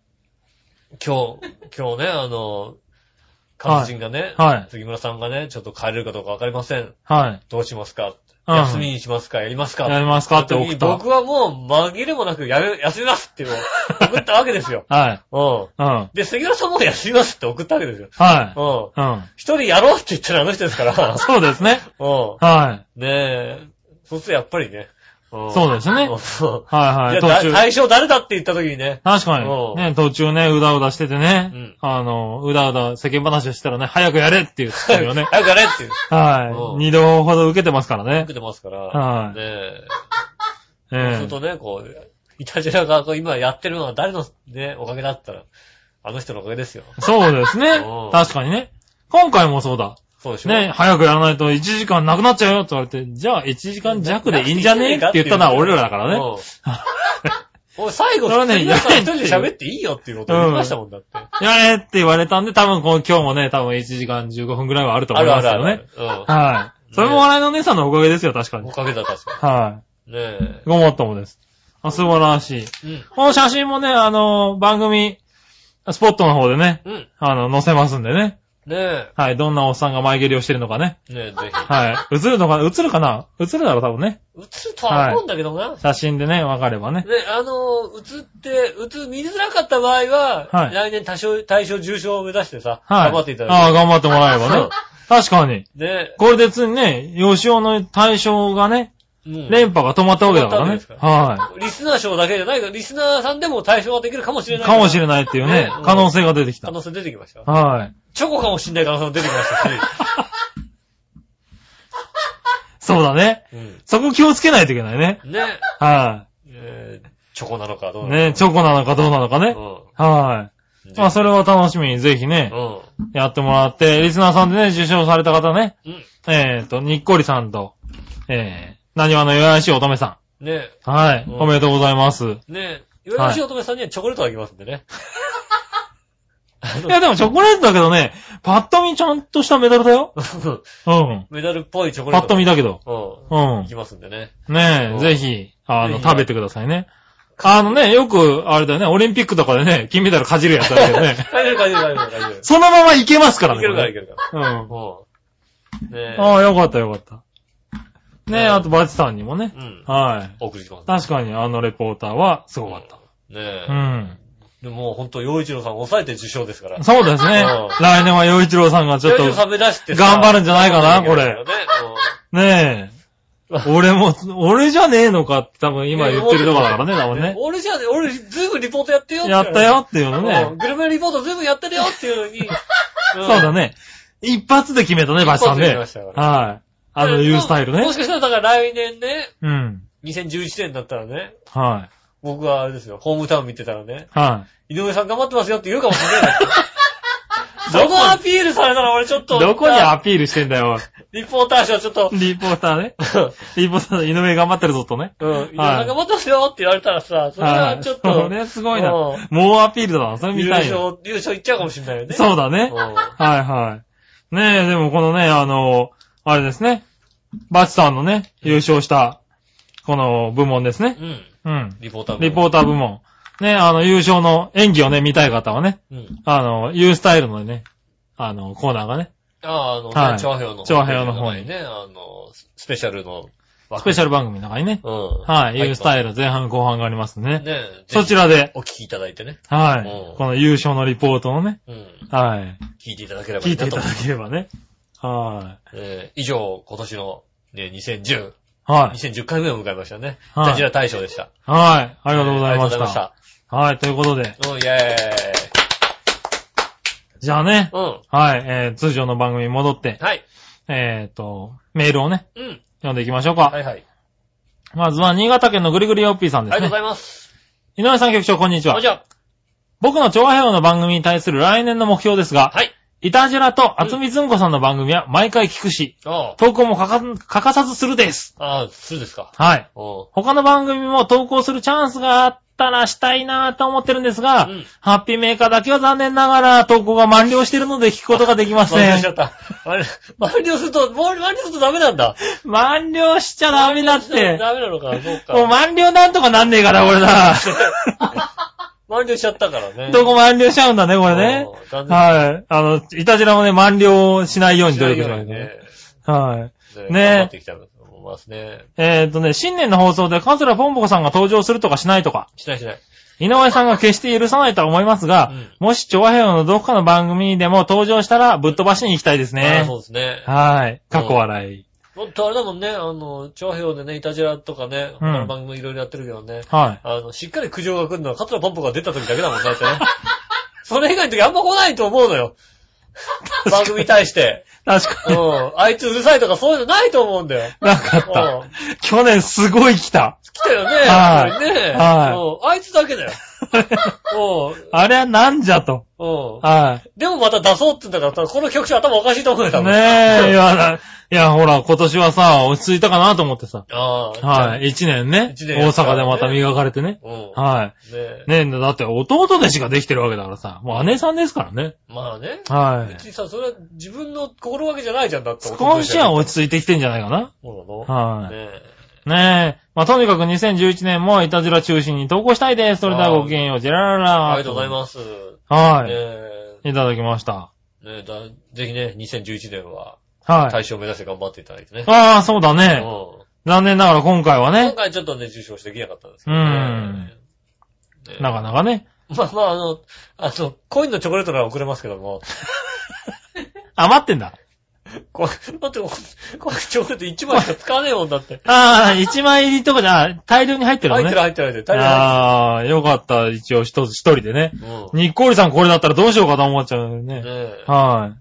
今日、今日ね、あの、カズチンがね、はい、杉村さんがね、ちょっと帰れるかどうかわかりません。 はい。 どうしますか、うん、休みにしますかやりますかやりますかって送った。 僕はもう紛れもなくやめ、休みますって送ったわけですよ。 はい。 うん。うん。で、杉村さんも休みますって送ったわけですよ。 はい。 うん。 うん。 一人やろうって言ったらあの人ですから。 そうですね。 うん。 はい。 ねえ。そうするとやっぱりね。 そうですね。はいはい。 途中。対象誰だって言った時にね。 確かに。ね、途中ね、うだうだしててね。うん。あの、うだうだ世間話をしたらね、早くやれって言ってるよね。 早くやれって言う。 はい。二度ほど受けてますからね。 受けてますから。 はい。 ねえ。そうするとね、こう、イタジラが今やってるのは誰のね、おかげだったら、あの人のおかげですよ。 そうですね。確かにね。今回もそうだ。 そうでしょ。 ね、早くやらないといちじかんなくなっちゃうよって言われて、じゃあいちじかん弱でいいんじゃねえって言ったのは俺らだからね。 おい、最後、それね、一人で喋っていいよっていうことを言いましたもんだって。 やれって言われたんで、多分この今日もね、多分いちじかんじゅうごふんくらいはあると思いますよね。はい。それも笑いのお姉さんのおかげですよ、確かに。 おかげだ、確かに。 はい。 ねえ。 ごもっともです。あ、素晴らしい。この写真もね、あの、番組、スポットの方でね、あの、載せますんでね。 ねえ。 はい、どんなおっさんが前蹴りをしてるのかね。 ねえ、ぜひ。 はい。映るのかな映るかな映るだろ、多分ね。 映るとは思うんだけどな。はい、 写真でね、わかればね。 ね、あの、映って、映、見づらかった場合は、はい、来年多少、大賞重賞を目指してさ、はい、頑張っていただいて。 ああ、頑張ってもらえばね。確かに。 ねこれでついにね、吉尾の大賞がね、うん、連覇が止まったわけだからね。はい。 リスナー賞だけじゃないから、リスナーさんでも対象ができるかもしれない。 かもしれないっていうね、ね可能性が出てきた。 可能性出てきました。 はい。 チョコかもしれない可能性も出てきましたし。 そうだね。うん。そこ気をつけないといけないね。 ね。 はい、 えー。チョコなのかどうなのか。 ね、チョコなのかどうなのかね。うん。はい。まあ、それを楽しみにぜひね、うん。やってもらって、リスナーさんでね、受賞された方ね。うん。えっと、にっこりさんと、えー、なにわのよやしい乙女さん。ね。 はい、うん。おめでとうございます。 ね。よやしい乙女さんにはチョコレートあげますんでね。 いやでもチョコレートだけどね、パッと見ちゃんとしたメダルだよ。うん。 メダルっぽいチョコレート。 パッと見だけど。 うん。うん。いきますんでね。 ねえ、ぜひ、あの、食べてくださいね。 あのね、よく、あれだよね、オリンピックとかでね、金メダルかじるやつだけどね。 かじるかじるかじるかじる。 そのままいけますからね。 いけるからいけるから。 うん。ねああ、よかったよかった。ねえ、あとバチさんにもね。 うん。 はい。 送りつけます。 確かにあのレポーターはすごかった。 ねえ。 うん。 でももうほんと、洋一郎さん抑えて受賞ですから。 そうですね。来年は洋一郎さんがちょっと、頑張るんじゃないかな、これ。ねえ。俺も、俺じゃねえのかって多分今言ってるとこだからね、多分ね。 俺じゃねえ、俺ずいぶんリポートやってよって。 やったよっていうのね。 グルメリポートずいぶんやってるよっていうのに。 そうだね。一発で決めたね、バチさんね。はい。あの、言うスタイルね。 もしかしたらだから来年ね。 うん。 にせんじゅういちねんだったらね。 はい。 僕はあれですよ、ホームタウン見てたらね。 はい。 井上さん頑張ってますよって言うかもしれない。どこアピールされたら俺ちょっと。 どこにアピールしてんだよ。 リポーター賞ちょっと。 リポーターね。リポーター、井上頑張ってるぞとね。 うん。井上さん頑張ってますよって言われたらさ、それはちょっと。 それすごいな。もうアピールだな。それ見たい。 優勝、優勝いっちゃうかもしれないよね。 そうだね。はいはい。ねえ、でもこのね、あの、あれですね。バチさんのね、優勝した、この部門ですね。 うん。 うん。 リポーター部門。 リポーター部門。ね、あの、優勝の演技をね、見たい方はね。うん。あの、U スタイルのね、あの、コーナーがね。 ああ、あの、はい、調和表の。 調和表の方にね、あの、スペシャルの。 スペシャル番組の中にね。 うん。 はい。U スタイル前半後半がありますね。 ねそちらで。 お聞きいただいてね。 はい。この優勝のリポートをね。 うん。 はい。 聞いていただければいいなと。聞いていただければね。はい。 えー、以上、今年の、ね、にせんじゅう。 はい。 にせんじゅっかいめを迎えましたね。はい。ジャジラ大賞でした。 はい。ありがとうございました。ありがとうございました。はい。ということで。 うん、イェーイ。 じゃあね。 うん。 はい。えー、通常の番組に戻って。 はい。 えーと、メールをね。 うん。 読んでいきましょうか。 はいはい。 まずは、新潟県のぐりぐりよっぴーさんですね。 ありがとうございます。 井上さん局長、こんにちは。 こんにちは。 僕の調和平和の番組に対する来年の目標ですが。 はい。 イタジェラと厚みずんこさんの番組は毎回聞くし、うん、投稿も欠か、欠かさずするです。 ああ、するですか。 はい。他の番組も投稿するチャンスがあったらしたいなぁと思ってるんですが、うん、ハッピーメーカーだけは残念ながら投稿が満了しているので聞くことができません。 満了しちゃった。満了すると、満了するとダメなんだ。 満了しちゃダメだって。 ダメなのか、そうか。 もう満了なんとかなんねえから、俺だ。 満了しちゃったからね。 どこ満了しちゃうんだね、これね。はい。あの、イタジラもね、満了しないように努力しないとね。はい。ねえ。頑張ってきたと思いますね。 えっとね、新年の放送でカズラポンポコさんが登場するとかしないとか。 しないしない。 井上さんが決して許さないとは思いますが、うん、もし調和平和のどこかの番組でも登場したらぶっ飛ばしに行きたいですね。 あ、そうですね。 はい。過去笑い。 ほんとあれだもんね、あの、調和表でね、イタジラとかね、他の番組いろいろやってるけどね、 うん、はい。 あの、しっかり苦情が来るのは、カツラポンポが出た時だけだもんね、ってね。それ以外の時あんま来ないと思うのよ。番組に対して。 確かに。 うん。あいつうるさいとかそういうのないと思うんだよ。 なかった。去年すごい来た。 来たよね。 はい。 ねはい。 あいつだけだよ。 あれはなんじゃと。はい。 でもまた出そうって言うんだから、この曲者頭おかしいと思うよ、多分。 ねえ、いや、いや、ほら、今年はさ、落ち着いたかなと思ってさ。 ああ。 はい。一年ね。一年。大阪でまた磨かれてね。 うん。 はい。ねえ。ねえ、だって弟弟子ができてるわけだからさ。もう姉さんですからね。 まあね。 はい。 別にさ、それは自分の心がけじゃないじゃん、だって。 少しは落ち着いてきてんじゃないかな。 そうなの？ はい。ねえ。ねえ。まあ、とにかくにせんじゅういちねんもイタジラ中心に投稿したいです。それではごきげんよう、ジェラララ。 ありがとうございます。 はい。ねいただきました。 ねえ、だ、ぜひね、にせんじゅういちねんは、 はい。 大賞を目指して頑張っていただいてね。 ああ、そうだね。うん。残念ながら今回はね。 今回ちょっとね、受賞してできなかったんですけどね。うん。ね、なかなかね。 まあまあ、あの、あの、コインのチョコレートなら送れますけども。 余ってんだ。 これ、だって、これチョコレートいちまいしか使わねえもんだって。 ああ、いちまい入りとかじゃ、大量に入ってるのね。 入ってる入ってる入ってる。大量に入ってる。ああ、よかった。一応一つ、一人でね。うん。にっこりさんこれだったらどうしようかと思っちゃうよね。ねえ。はい。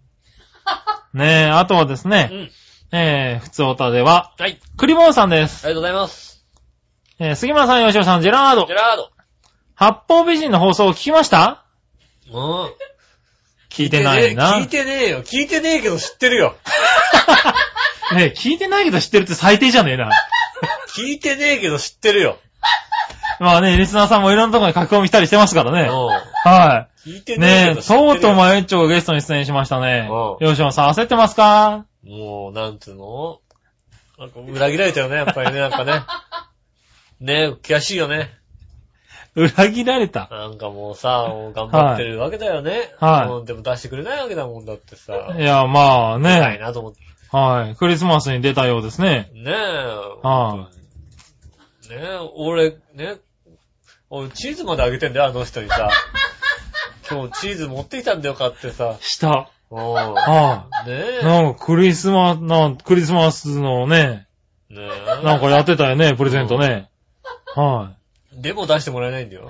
ねえ、あとはですね。うん。えー、ふつおたでは。 はい。 クリボーさんです。 ありがとうございます。 えー、杉村さん、吉尾さん、ジェラード。 ジェラード。 八方美人の放送を聞きました？ うん。 聞いてないな。 聞いてねえよ。聞いてねえけど知ってるよ。 ねえ、聞いてないけど知ってるって最低じゃねえな。 聞いてねえけど知ってるよ。 まあね、リスナーさんもいろんなところに書き込みしたりしてますからね。はい。 聞いてねえけど知ってるよ。 ねえ、とうとうまゆっちょがゲストに出演しましたね。吉野さん焦ってますか？ もう、なんつうの？なんか裏切られたよね、やっぱりね、なんかね。ねえ、悔しいよね。 裏切られた。 なんかもうさ、もう頑張ってるわけだよね。はい。うん、でも出してくれないわけだもんだってさ。 いや、まあね。 ないなと思って。 はい。クリスマスに出たようですね。 ねえ。 はい。 ねえ、俺、ね、俺チーズまであげてんだよ、あの人にさ。今日チーズ持ってきたんだよ、買ってさ。 した。 うん。 ああ。 ねえ。 なんかクリスマス、なんクリスマスのね、 ねえ。 なんかやってたよね、プレゼントね。はい。 でも出してもらえないんだよ。ね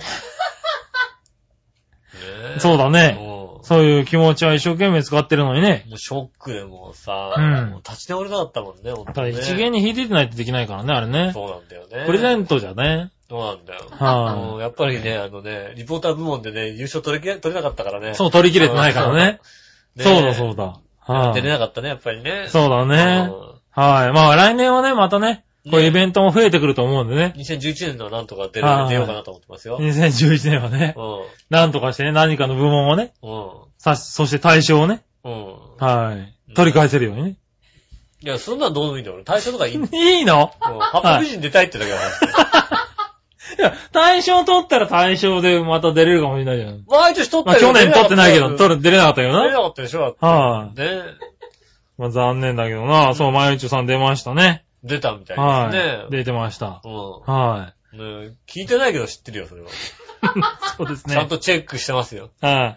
え。そうだね。そういう気持ちは一生懸命使ってるのにね。 もうショックでもうさ、 うん、 もう立ち直れなかったもんね、ほんとね。一元に引いてないとできないからね、あれね。 そうなんだよね。 プレゼントじゃね。 そうなんだよ。 はい、 やっぱりね、あのね、リポーター部門でね、優勝取れきれ、取れなかったからね。 そう、取り切れてないからね。ねそうだそうだ。 はい、出れなかったね、やっぱりね。 そうだね。はい。まあ来年はね、またね、こういうイベントも増えてくると思うんでね。 にせんじゅういちねんのなんとか出る、出ようかなと思ってますよ。 にせんじゅういちねんはね。うん。なんとかしてね、何かの部門をね。うん。さ、そして対象をね。うん。はい。取り返せるようにね。 いや、そんなんどうでもいいんだよ。対象とかいいのいいのうん。ハッピー美人出たいってだけだから。 いや、対象取ったら対象でまた出れるかもしれないじゃん。 毎年取ったよ。まあ去年取ってないけど、取る、出れなかったよな。 出れなかったでしょはい、 ね。 まあ残念だけどな。そう、まゆちょさん出ましたね。 出たみたいですね。 はい。出てました。 うん。 はい。 ね聞いてないけど知ってるよ、それは。 そうですね。 ちゃんとチェックしてますよ。 はい。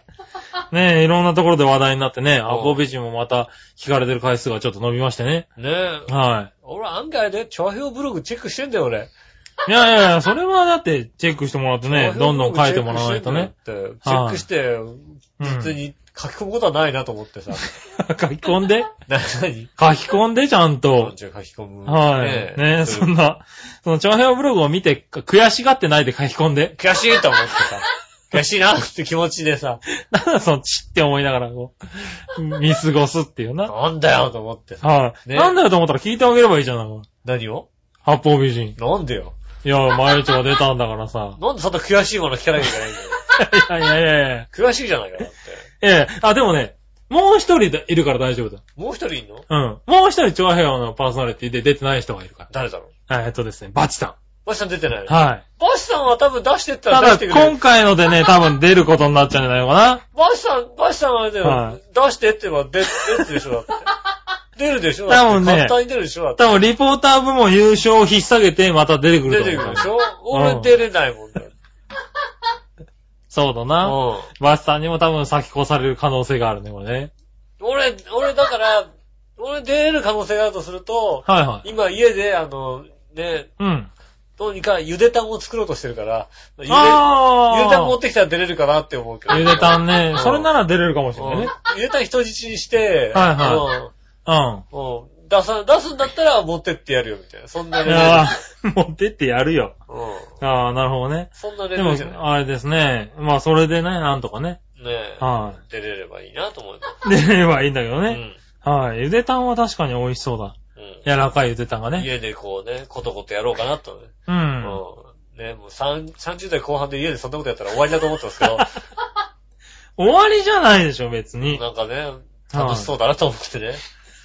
ねえ、いろんなところで話題になってね、アポ美人もまた聞かれてる回数がちょっと伸びましてね。 ねえ。 はい。 俺案外で、調和表ブログチェックしてんだよ、俺。 いやいやいや、それはだってチェックしてもらってね、どんどん書いてもらわないとね。 チェックして、別に書き込むことはないなと思ってさ。 書き込んで何書き込んでちゃんと。 書き込む。 はい。ねえ、そんな、その長編ブログを見て悔しがってないで書き込んで。 悔しいと思ってさ。悔しいなって気持ちでさ。 なんだそのチって思いながらこう、見過ごすっていうな。 なんだよと思ってさ。 はい。なんだよと思ったら聞いてあげればいいじゃん。 何を八方美人。 なんでよ。 いや、毎日が出たんだからさ。 なんでそんな悔しいもの聞かなきゃいけないんだよ。 いやいやいやいや。 悔しいじゃないかだって。 ええ、あ、でもね、もう一人いるから大丈夫だ。 もう一人いんの？ うん。もう一人、チョアヘヨのパーソナリティで出てない人がいるから。 誰だろう？ えっとですね、バチさん。 バチさん出てないの？ はい。 バチさんは多分出してったら出してくれる。 ただ、今回のでね、多分出ることになっちゃうんじゃないのかな。 バチさん、バチさんはね、はい、出してって言えば出、出るでしょ、だって。出るでしょ多分ね。 簡単に出るでしょだって。 多分、リポーター部門優勝を引っ提げて、また出てくると思う。 出てくるでしょ俺出れないもんだよ。 そうだな。うん。バチさんにも多分先越される可能性があるね、これね。 俺、俺だから、俺出れる可能性があるとすると、 はいはい。 今家で、あの、ね、 うん。 どうにかゆでタンを作ろうとしてるから、ゆで、ゆでタン持ってきたら出れるかなって思うけど。 ゆでタンね、それなら出れるかもしれないね。 ゆでタン人質にして、 はいはい。うん。 うん。出さ、出すんだったら持ってってやるよ、みたいな。そんなレベル。 ああ、持ってってやるよ。 うん。 ああ、なるほどね。 そんなレベルじゃない。 でも、あれですね。まあ、それでね、なんとかね。 ねえ。 はい。 出れればいいなと思う。 出れればいいんだけどね。うん。はい。ゆでタンは確かに美味しそうだ。うん。柔らかいゆでタンがね。 家でこうね、ことことやろうかなとね。 うん。 うん。ねもうさんじゅう代後半で家でそんなことやったら終わりだと思ってますけど。 終わりじゃないでしょ、別に。 なんかね、楽しそうだなと思ってね。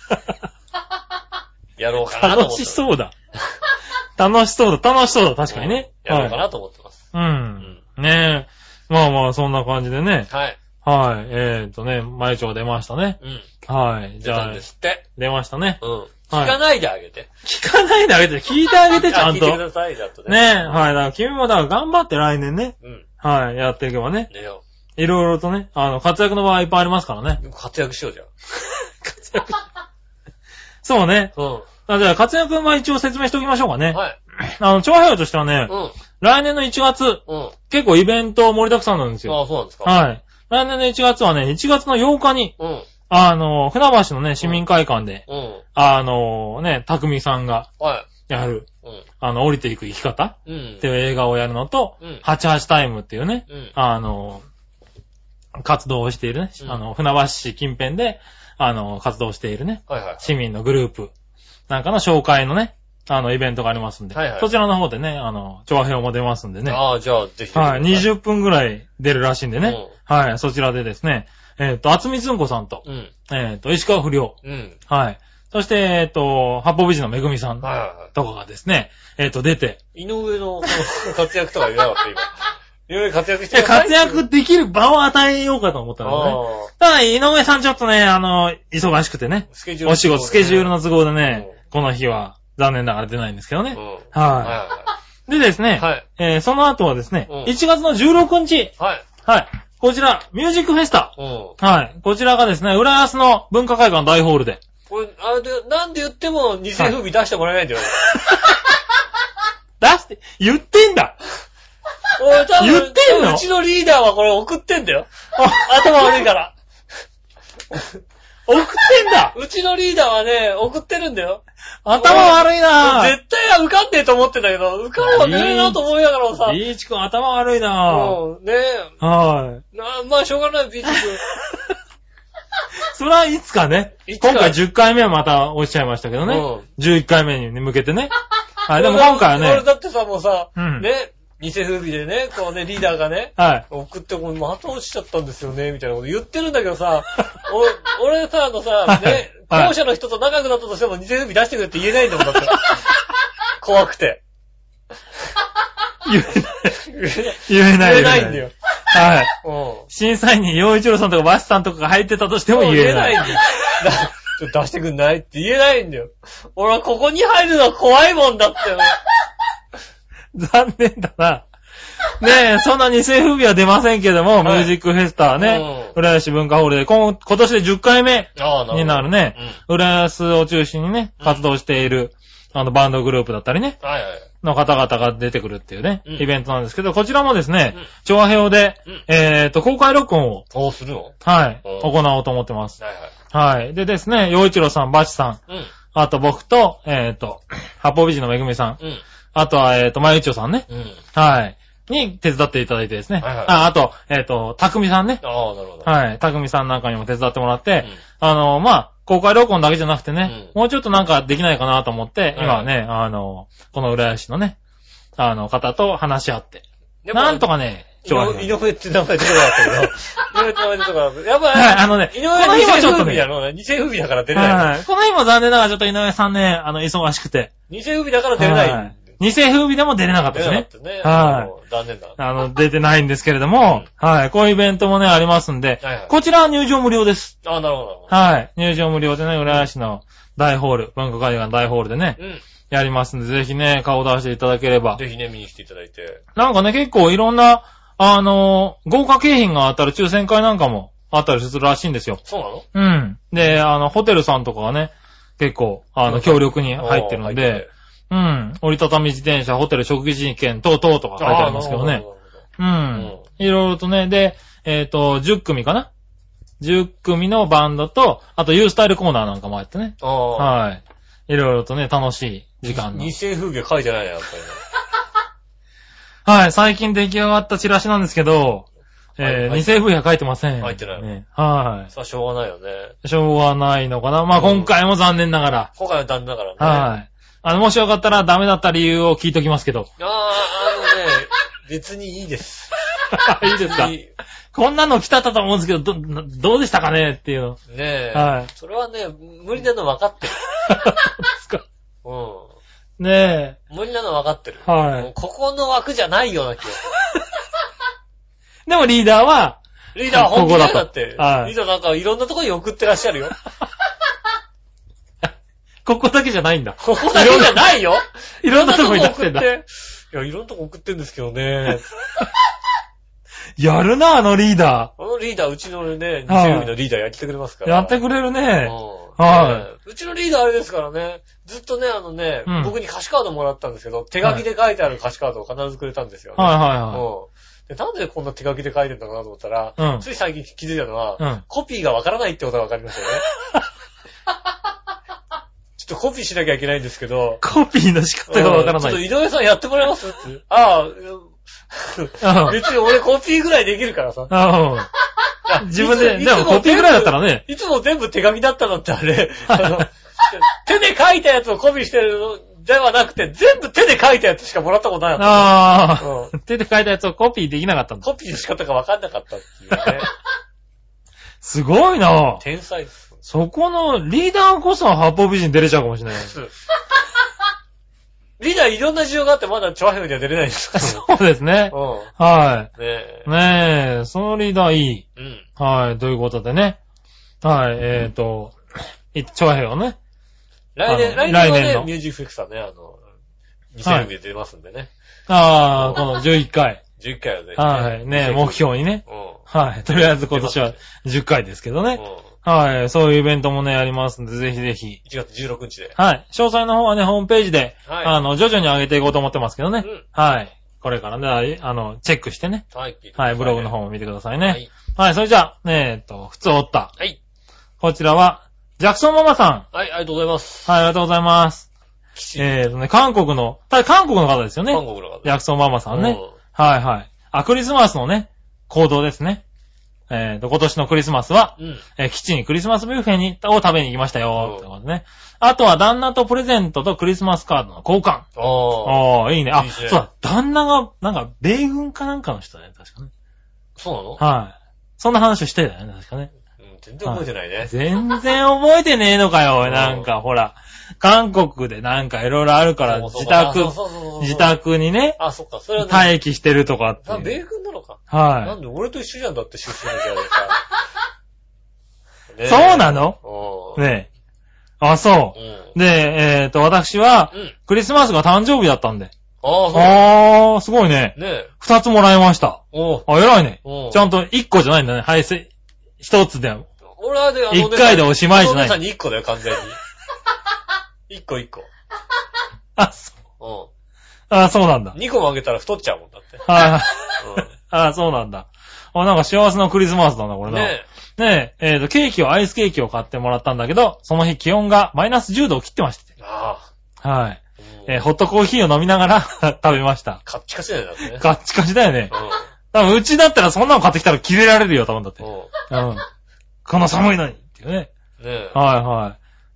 やろうかなと思って。 楽しそうだ。楽しそうだ、楽しそうだ、確かにね。 やろうかなと思ってます。 うん。ねえ。まあまあ、そんな感じでね。 はい。 はい。えーとね、前長出ましたね。 うん。 はい。 じゃあ。出たんですって。 出ましたね。 うん。聞かないであげて。 聞かないであげて、聞いてあげて、ちゃんと。 聞いてください、だとね。 ねえ。はい。だから君もだから頑張って来年ね。 うん。 はい。やっていけばね。 ねよ。 いろいろとね、あの、活躍の場合いっぱいありますからね。 活躍しようじゃん。 活躍。そうね。 うん。 じゃあ、活躍は一応説明しておきましょうかね。 はい。 あの、調和表としてはね、 うん。 来年のいちがつ、 うん。 結構イベント盛りだくさんなんですよ。 ああ、そうなんですか。 はい。来年のいちがつはね、いちがつのようかに、 うん。 あの、船橋のね、市民会館で、 うん。 あの、ね、匠さんが、 はい。 やる、 うん。 あの、降りていく生き方、 うん。 っていう映画をやるのと、 うん。 はちじゅうはちタイムっていうね、 うん。 あの、活動をしているね、うん、あの、船橋市近辺で、あの、活動しているね、 はいはい。 市民のグループ、なんかの紹介のね、あの、イベントがありますんで、 はいはい。 そちらの方でね、あの、調和表も出ますんでね。 ああ、じゃあ、ぜひ。 はい、にじゅっぷんぐらい出るらしいんでね。うん、はい、そちらでですね、えっ、ー、と、厚みずんこさんと、うん、えっ、ー、と、石川不良、うん、はい。そして、えっ、ー、と、八方美人のめぐみさんとかがですね、えっ、ー、と、出て。 井上の活躍とか言わなかった、今。 いろいろ活躍してください。 活躍できる場を与えようかと思ったのね。ただ、井上さんちょっとね、あの、忙しくてね。スケジュール、お仕事、スケジュールの都合でね、この日は残念ながら出ないんですけどね。はい。でですね、はい、えー、その後はですね、いちがつのじゅうろくにち。はい。はい。こちら、ミュージックフェスタ。はい。こちらがですね、浦安の文化会館大ホールで。 これ、あれで、なんで言っても偽風味出してもらえないんだよ。 出して、言ってんだ。 俺多分、 言ってんの？ うちのリーダーはこれ送ってんだよ。頭悪いから。 送ってんだ。 うちのリーダーはね、送ってるんだよ。 頭悪いなぁ。 絶対受かんねえと思ってんだけど、受かるわねえなと思いながらさ。 ビーチ君頭悪いなぁ。 うん、ねえ。 はい。 なまあ、しょうがない、ビーチ君。 それはいつかね。今回じゅっかいめはまたおっしゃいましたけどね。うん、じゅういっかいめに向けてね。はい、でも今回はね。 俺だってさ、もうさ、うん、ね、偽風味でね、こうね、リーダーがね、はい、送って、また落ちちゃったんですよね、みたいなこと言ってるんだけどさ、俺、俺さ、あのさ、ね、後者の人と仲良くなったとしても偽風味出してくれって言えないんだもん、だって。怖くて。 言えない。言えない。 言えないんだよ。 はい。うん。審査員に陽一郎さんとかバシさんとかが入ってたとしても言えない。 言えないんだよ。出してくんないって言えないんだよ。俺はここに入るのは怖いもんだって。 残念だな。ねえ、そんな偽風味は出ませんけども、はい、ミュージックフェスタね、うん、浦安文化ホールで、今, 今年でじゅっかいめになるね、うん、浦安を中心にね、活動している、うん、あのバンドグループだったりね、はいはい、の方々が出てくるっていうね、うん、イベントなんですけど、こちらもですね、調和表で、うん、えっと、公開録音を、 おするのはい、行おうと思ってます。はいはい。はい。でですね、陽一郎さん、バチさん、うん、あと僕と、えっと、八方美人のめぐみさん、うん、あとは、えっと、まゆちょさんね、うん、はい。に手伝っていただいてですね。はいはい、あ、あと、えっと、たくみさんね。 ああ、なるほど。 はい。たくみさんなんかにも手伝ってもらって、うん、あの、まあ、公開録音だけじゃなくてね、うん、もうちょっとなんかできないかなと思って、今はね、はい、あの、この浦安市のね、あの、方と話し合って、なんとかね、 井上って名前出てこなかったけど、井上って名前出てこなかった。やっぱり、 はい、あのね、 井上は偽風味だろうね。偽風味だから出れない。 はい。この日も残念ながらちょっと井上さんね、あの、忙しくて。 偽風味だから出れない。はい偽風味でも出れなかったですね。 出れなかったね。はい。残念だ。 あの、出てないんですけれども、うん、はい。こういうイベントもね、ありますんで、はいはい、こちらは入場無料です。 ああ、なるほど。 はい。入場無料でね、浦安市の大ホール、文化会館大ホールでね、うん、やりますんで、ぜひね、顔出していただければ。 ぜひね、見に来ていただいて。 なんかね、結構いろんな、あの、豪華景品が当たる抽選会なんかもあったりするらしいんですよ。 そうなの？ うん。で、あの、ホテルさんとかがね、結構、あの、協力に入ってるので、うん。折りたたみ自転車、ホテル、食事券、等々とか書いてありますけどね。うん。いろいろとね、で、えっと、じゅっくみかな ?じゅっ 組のバンドと、あと U スタイルコーナーなんかもあってね。はい。いろいろとね、楽しい時間の。 偽風景書いてないね、やっぱりね。 はい、最近出来上がったチラシなんですけど、えー、偽風景書いてません。 書いてない。ね、 はい。 さあ、しょうがないよね。 しょうがないのかな。まあ、今回も残念ながら。 今回は残念ながらね。 はい。あの、もしよかったらダメだった理由を聞いときますけど。 ああ、あのね、別にいいです。 いいですかいいこんなの来たったと思うんですけど、ど、どうでしたかねっていうの。 ねえ。はい。それはね、無理なの分かってる。 そうですか。 うん。 ねえ。無理なの分かってる。 はい。 もうここの枠じゃないような気がする。 でもリーダーは、 リーダーは本気だったって。はい。リーダーなんかいろんなところに送ってらっしゃるよ。 ここだけじゃないんだ。 ここだけじゃないよ。 いろんなとこに出してんだ。いや、いろんなとこ送ってんですけどね。 やるな、あのリーダー。あのリーダー、うちのね、にせん組のリーダーやってくれますから。 やってくれるね。 うん、はい。うちのリーダーあれですからね、ずっとね、あのね、うん、僕に歌詞カードもらったんですけど、手書きで書いてある歌詞カードを必ずくれたんですよね。 はいはいはい。うんでなんでこんな手書きで書いてるんだかなと思ったら、うん、つい最近気づいたのは、うん、コピーがわからないってことがわかりましたよね。ちょっとコピーしなきゃいけないんですけど。 コピーの仕方がわからない。 ちょっと井上さんやってもらえますって。ああ、別に俺コピーぐらいできるからさ。 あ自分で、でもコピーぐらいだったらね。 いつも全部手紙だったのってあれ、あの手で書いたやつをコピーしてるのではなくて、全部手で書いたやつしかもらったことなかった。 ああ、うん、手で書いたやつをコピーできなかったんだ。 コピーの仕方がわかんなかったっていうね。 すごいなぁ。 天才です。 そこのリーダーこそ八方美人出れちゃうかもしれない。 リーダーいろんな事情があってまだチョアヘヨには出れないんですか？ そうですね。 うん。 はい。 ねえ。 ねえ、そのリーダーいい。 うん。 はい、ということでね。はい、えーと、チョアヘヨね。 来年、来年はね、のミュージックフェクサーね、あの、にせんえんで出ますんでね。 ああ、このじゅういっかい。 じゅっかいはね。 はい、ね目標にね。 うん。 はい、とりあえず今年はじゅっかいですけどね。うん。はい、そういうイベントもね、やりますんで、ぜひぜひ。 いちがつじゅうろくにちで。 はい。詳細の方はね、ホームページで、はい、あの、徐々に上げていこうと思ってますけどね。うん。はい。これからね、あの、チェックしてね。はい。はい、ブログの方も見てくださいね。はい。はい、それじゃあ、ねえっと、普通おった。はい。こちらは、ジャクソンママさん。 はい、ありがとうございます。 はい、ありがとうございます。えーとね、韓国の、ただ韓国の方ですよね。 韓国の方。 ジャクソンママさんね。はいはい。あ、クリスマスのね、行動ですね。えーと、今年のクリスマスは、うん、えー、基地にクリスマスビュッフェにを食べに行きましたよ、ってことね。あとは旦那とプレゼントとクリスマスカードの交換。ああ、いいね。あ、いいね、そうだ、旦那が、なんか、米軍かなんかの人だね、確かね。 そうなの？ はい。そんな話をしてたよね、確かね。 うん、全然覚えてないね。はい、 全然覚えてねえのかよ、なんか、ほら。韓国でなんかいろいろあるから、自宅、自宅にね、 あ、そっか、それはね、 待機してるとかって。 あ、米軍なのか。 はい。 なんで俺と一緒じゃんだって出身のじゃねえか。そうなの？ねえ。あ、そう。うん、で、えっと、私は、うん、クリスマスが誕生日だったんで。 ああ、そう。 ああ、すごいね。 ねえ。 二つもらいました。 おあ、偉いね。ちゃんと一個じゃないんだね。はい、一つで。 俺はね、あの、 一回でおしまいじゃない。 お姉さんに一個だよ、完全に。一個一個。 あ、そう。うん。あ、そうなんだ。 二個もあげたら太っちゃうもんだって。 はいはい。あ、そうなんだ。あ、なんか幸せなクリスマスだな、これな。ねえ。ねえ、えっと、ケーキを、アイスケーキを買ってもらったんだけど、その日気温がマイナスじゅうどを切ってまして。 ああ。はい。えー、ホットコーヒーを飲みながら食べました。 カッチカチだよね。 カッチカチだよね。うん。多分うちだったらそんなの買ってきたら切れられるよ、多分だって。うん。うん。この寒いのにっていうね。 ねえ。 はいはい。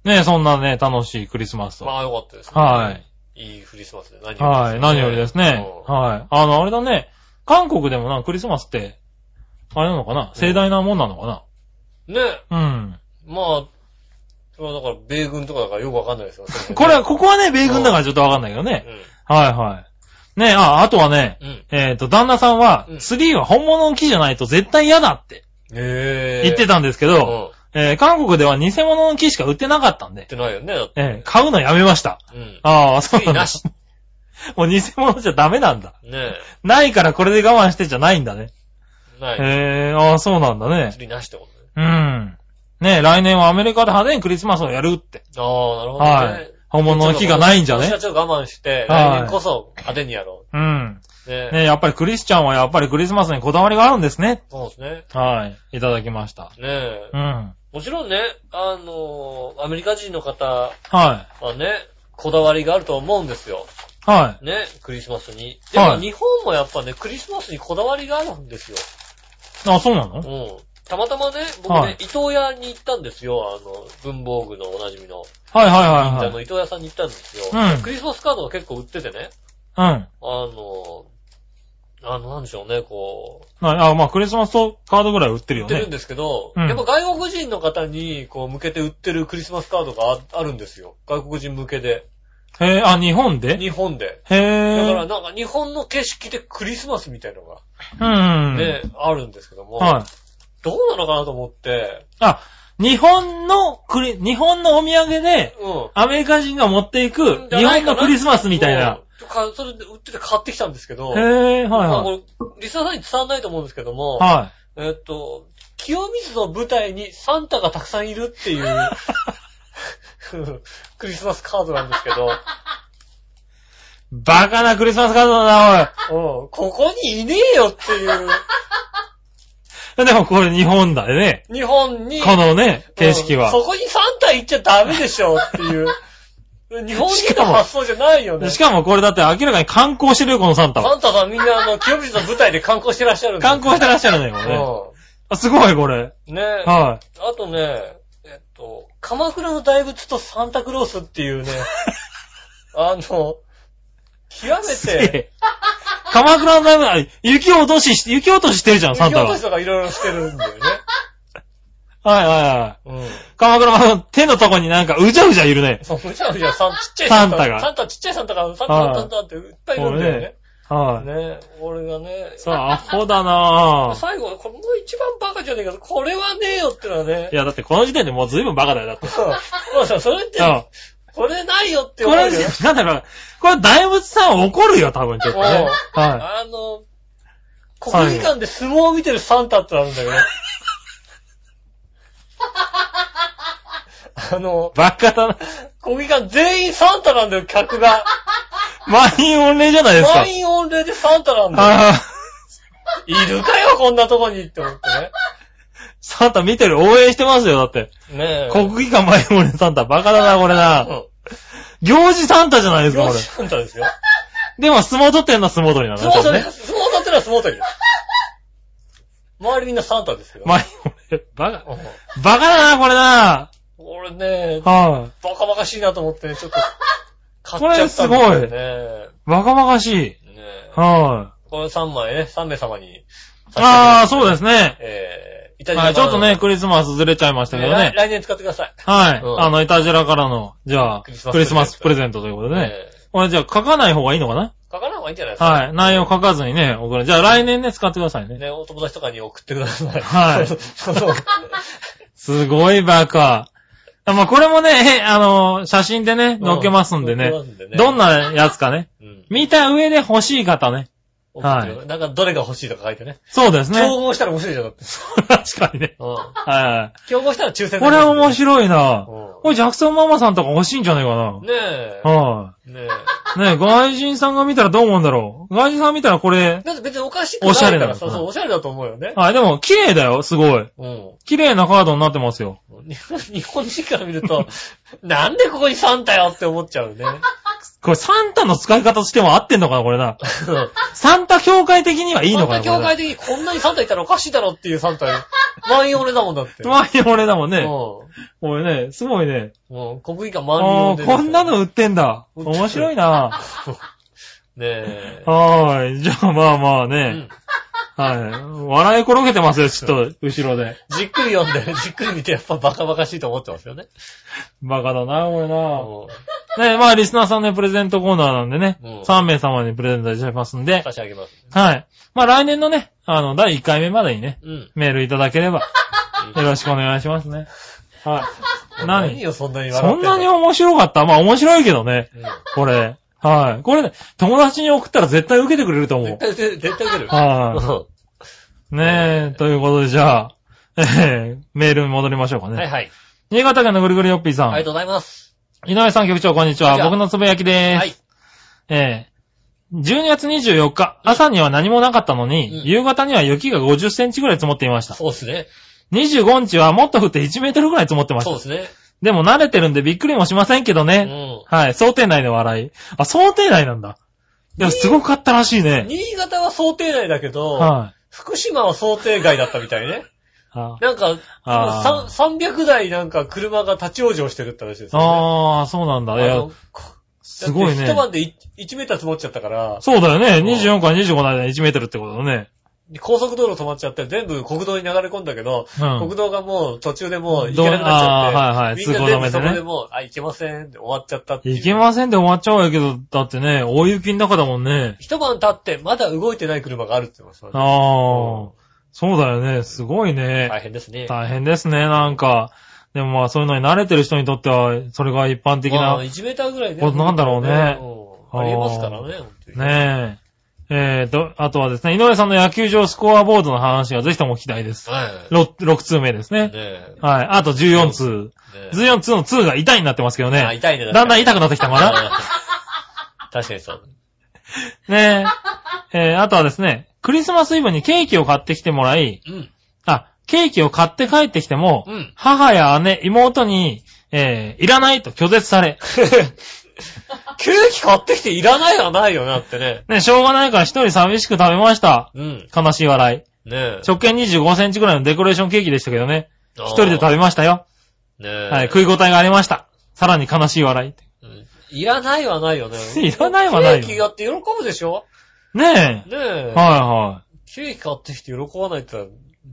ねえ、そんなね、楽しいクリスマスを。 まあよかったですね。 はい。 いいクリスマスで何よりですね。はい、何よりですね。はい。あの、あれだね、韓国でもな、クリスマスって、あれなのかな、盛大なもんなのかな。 ねえ。 うん。 まあ、それはだから、米軍とかだからよくわかんないですよ。 これは、ここはね、米軍だからちょっとわかんないけどね。うん。はいはい。ねえ、あ、あとはね、うん、えっと、旦那さんは、うん、スリーは本物の木じゃないと絶対嫌だって。 へ言ってたんですけど、うん、えー、韓国では偽物の木しか売ってなかったんで。売ってないよね、だって。 えー、買うのやめました。 うん。 ああ、そうなんだ。 なし。 もう偽物じゃダメなんだ。 ねえ。 ないからこれで我慢してじゃないんだね。 ない。 へえ、ああ、そうなんだね。 釣りなしってことね。 うん。ねえ、来年はアメリカで派手にクリスマスをやるって。 ああ、なるほどね。はい。 本物の木がないんじゃね。 私はちょっと我慢して、来年こそ派手にやろう。うん。ねえ、やっぱりクリスチャンはやっぱりクリスマスにこだわりがあるんですね。 そうですね。 はい。いただきました。 ねえ。 うん。 もちろんね、あのー、アメリカ人の方ははい。 ね、こだわりがあると思うんですよ。 はい。 ね、クリスマスに。でも日本もやっぱね、クリスマスにこだわりがあるんですよ。 あ、そうなの？ うん。たまたまね、僕ね、はい、伊東屋に行ったんですよ。あの、文房具のおなじみの。 はいはいはい、はい。 銀座の伊東屋さんに行ったんですよ。 うん。 クリスマスカードが結構売っててね。 うん。 あの、あの、なんでしょうね、こう。 あ、まあ、クリスマスカードぐらい売ってるよね。 売ってるんですけど、うん、やっぱ外国人の方に、こう、向けて売ってるクリスマスカードが あ, あるんですよ。外国人向けで。 へぇ、あ、日本で？ 日本で。 へぇ。 だからなんか日本の景色でクリスマスみたいなのが。 うん。 ね、あるんですけども。 はい。 どうなのかなと思って。 あ、日本のクリ、日本のお土産で、 うん。 アメリカ人が持っていく、日本のクリスマスみたいな。 それで売ってて買ってきたんですけど。 へぇー、はいはい。 リサーさんに伝わんないと思うんですけども。 はい。 えっと、清水の舞台にサンタがたくさんいるっていう、クリスマスカードなんですけど。 バカなクリスマスカードだな、 おい。うん。ここにいねえよっていう。 でもこれ日本だよね。 日本に。 このね、景色は。 うん、そこにサンタ行っちゃダメでしょっていう。日本人の発想じゃないよね。 しかもこれだって明らかに観光してるよ、このサンタは。 サンタさんみんなあの、清水の舞台で観光してらっしゃるんですよ。 観光してらっしゃるのよ、ね。うん。あ、すごい、これ。 ねえ。 はい。 あとね、えっと、鎌倉の大仏とサンタクロースっていうね、あの、極めて、 鎌倉の大仏、雪を落としして、雪落とししてるじゃん、サンタは。 雪落としとかいろいろしてるんだよね。 はいはいはい。 うん。 鎌倉の手のとこになんかうじゃうじゃいるね。 そう、うじゃうじゃ、ちっちゃいサンタが。 サンタ、ちっちゃいサンタが、サンタ、サンタっていっぱいいるんだよね。 はい。 ね、俺がね。 さあ、アホだなぁ。 最後、この一番バカじゃねえか、これはねえよってのはね。 いや、だってこの時点でもう随分バカだよ、だって。 そう。もうさ、それって、これないよって思うよ。これ、 なんだろう、これ大仏さん怒るよ、多分ちょっとね。はい。 あの、国技館で相撲を見てるサンタってあるんだよね。あの、 バカだな。 国技館全員サンタなんだよ、客が。 満員御礼じゃないですか。 満員御礼でサンタなんだよ。いるかよ、こんなとこにって思ってね。 サンタ見てる、応援してますよ、だって。 ねえ。 国技館満員御礼サンタ、バカだな、これな。行事サンタじゃないですか、これ。 行事サンタですよ。 でも、相撲取ってんのは相撲取りなのね。 相撲取り、相撲取ってるのは相撲取りです。周りみんなサンタですけど。 満員御礼、バカ。バカだな、これな。 俺ね、 はい。 バカバカしいなと思ってね、ちょっと、買っちゃったんですよね。これすごい。 バカバカしい。ねえ。はい。 これさんまいね、さんめい様に。 ああ、そうですね。 えー、イタジラ。はい、ちょっとね、クリスマスずれちゃいましたけどね。 来年使ってください。 はい。あの、イタジラからの、じゃあ、クリスマスプレゼントということでね。これじゃあ書かない方がいいのかな？ 書かない方がいいんじゃないですか。 はい。内容書かずにね、送る。じゃあ来年ね、使ってくださいね。 ね、お友達とかに送ってください。 はい。すごいバカ。まあ、これもね、あの、写真でね、載っけますんでね。どんなやつかね。見た上で欲しい方ね。はい。 なんかどれが欲しいとか書いてね。 そうですね。 競合したら面白いじゃん、だって。 確かにね。 うん。はい。競合したら抽選これ面白いな。これジャクソンママさんとか欲しいんじゃないかな。 ねえ。 はい。 ねえ。ねえ、外人さんが見たらどう思うんだろう。外人さん見たらこれ。 だって別におかしくないから。おしゃれだ。そうそう、おしゃれだと思うよね。 はい、でも綺麗だよ、すごい。うん。綺麗なカードになってますよ。 日本人から見ると、なんでここにサンタよって思っちゃうね。 これサンタの使い方としても合ってんのかな、これな。サンタ協会的にはいいのかな。 サンタ協会的にこんなにサンタいたらおかしいだろっていうサンタよ。満員俺だもんだって。 満員俺だもんね。うん。これね、すごいね。 もう国技館満員俺で。 こんなの売ってんだ。面白いな。 ねえ。 はーい。じゃあまあまあね。うん、はい。笑い転げてますよ、ちょっと、後ろで。 じっくり読んで、じっくり見て、やっぱバカバカしいと思ってますよね。 バカだな、これな。ねえ、まあ、リスナーさんね、プレゼントコーナーなんでね、うん、さんめい様にプレゼントいたしますんで。 差し上げます、 ね。はい。まあ、来年のね、あの、だいいっかいめまでにね、うん、メールいただければ、よろしくお願いしますね。はい。 何何よ、そんなに笑ってんの。 そんなに面白かった。まあ、面白いけどね、うん、これ。はい。これね、友達に送ったら絶対受けてくれると思う。 絶対受ける、絶対受ける。 はい。ねえ、ということで、じゃあ、えー、メールに戻りましょうかね。 はいはい。 新潟県のぐるぐるよっぴーさん。 ありがとうございます。 井上さん局長、こんにちは。僕のつぶやきでーす。はい。えー、じゅうにがつにじゅうよっか、朝には何もなかったのに、うん、夕方には雪がごじゅっセンチぐらい積もっていました。 そうですね。 にじゅうごにちはもっと降っていちメートルぐらい積もってました。 そうですね。 でも慣れてるんでびっくりもしませんけどね。うん。はい。想定内の笑い。あ、想定内なんだ。いや、すごかったらしいね。 新潟は想定内だけど、はい。福島は想定外だったみたいね。あなんか、さんびゃくだいなんか車が立ち往生してるって話ですよね。 ああ、そうなんだ。いや、すごいね。 一晩でいちメーター積もっちゃったから。 そうだよね。にじゅうよんからにじゅうごの間でいちメートルってことだね。 高速道路止まっちゃって全部国道に流れ込んだけど、うん、国道がもう途中でもう行けなくなっちゃって、はいはい、みんな全部そこでもう、あ、行けませんって終わっちゃったっていう。 行けませんで終わっちゃうわけど、だってね、大雪の中だもんね。 一晩経ってまだ動いてない車があるって言ってますからね。ああ、うん、そうだよね。すごいね。 大変ですね。 大変ですね、なんか。でもまあそういうのに慣れてる人にとっては、それが一般的な。 まあいちメーターぐらいね。 なんだろうね。 ありえますからね、本当に。 ねえ。えーと、あとはですね、井上さんの野球場スコアボードの話がぜひとも聞きたいです。はい。ろくつうめですね。ねはい。あとじゅうよんつう。ね、じゅうよんつうのにが痛いになってますけどね。 あ、痛いね。 だんだん痛くなってきたかな。 確かにそう。 ねえ。えー、あとはですね、クリスマスイブにケーキを買ってきてもらい、うん。あ、ケーキを買って帰ってきても、うん。母や姉、妹に、えー、いらないと拒絶され。 ケーキ買ってきていらないはないよなってね。 ね、しょうがないから一人寂しく食べました。うん。悲しい笑い。ねえ。直径にじゅうごセンチぐらいのデコレーションケーキでしたけどね。一人で食べましたよ。ねえ。はい、食い応えがありました。さらに悲しい笑い。 うん、いらないはないよね。 いらないはないよ。 ケーキ買って喜ぶでしょ？ ねえ。 ねえ。 はいはい。 ケーキ買ってきて喜ばないって言ったら、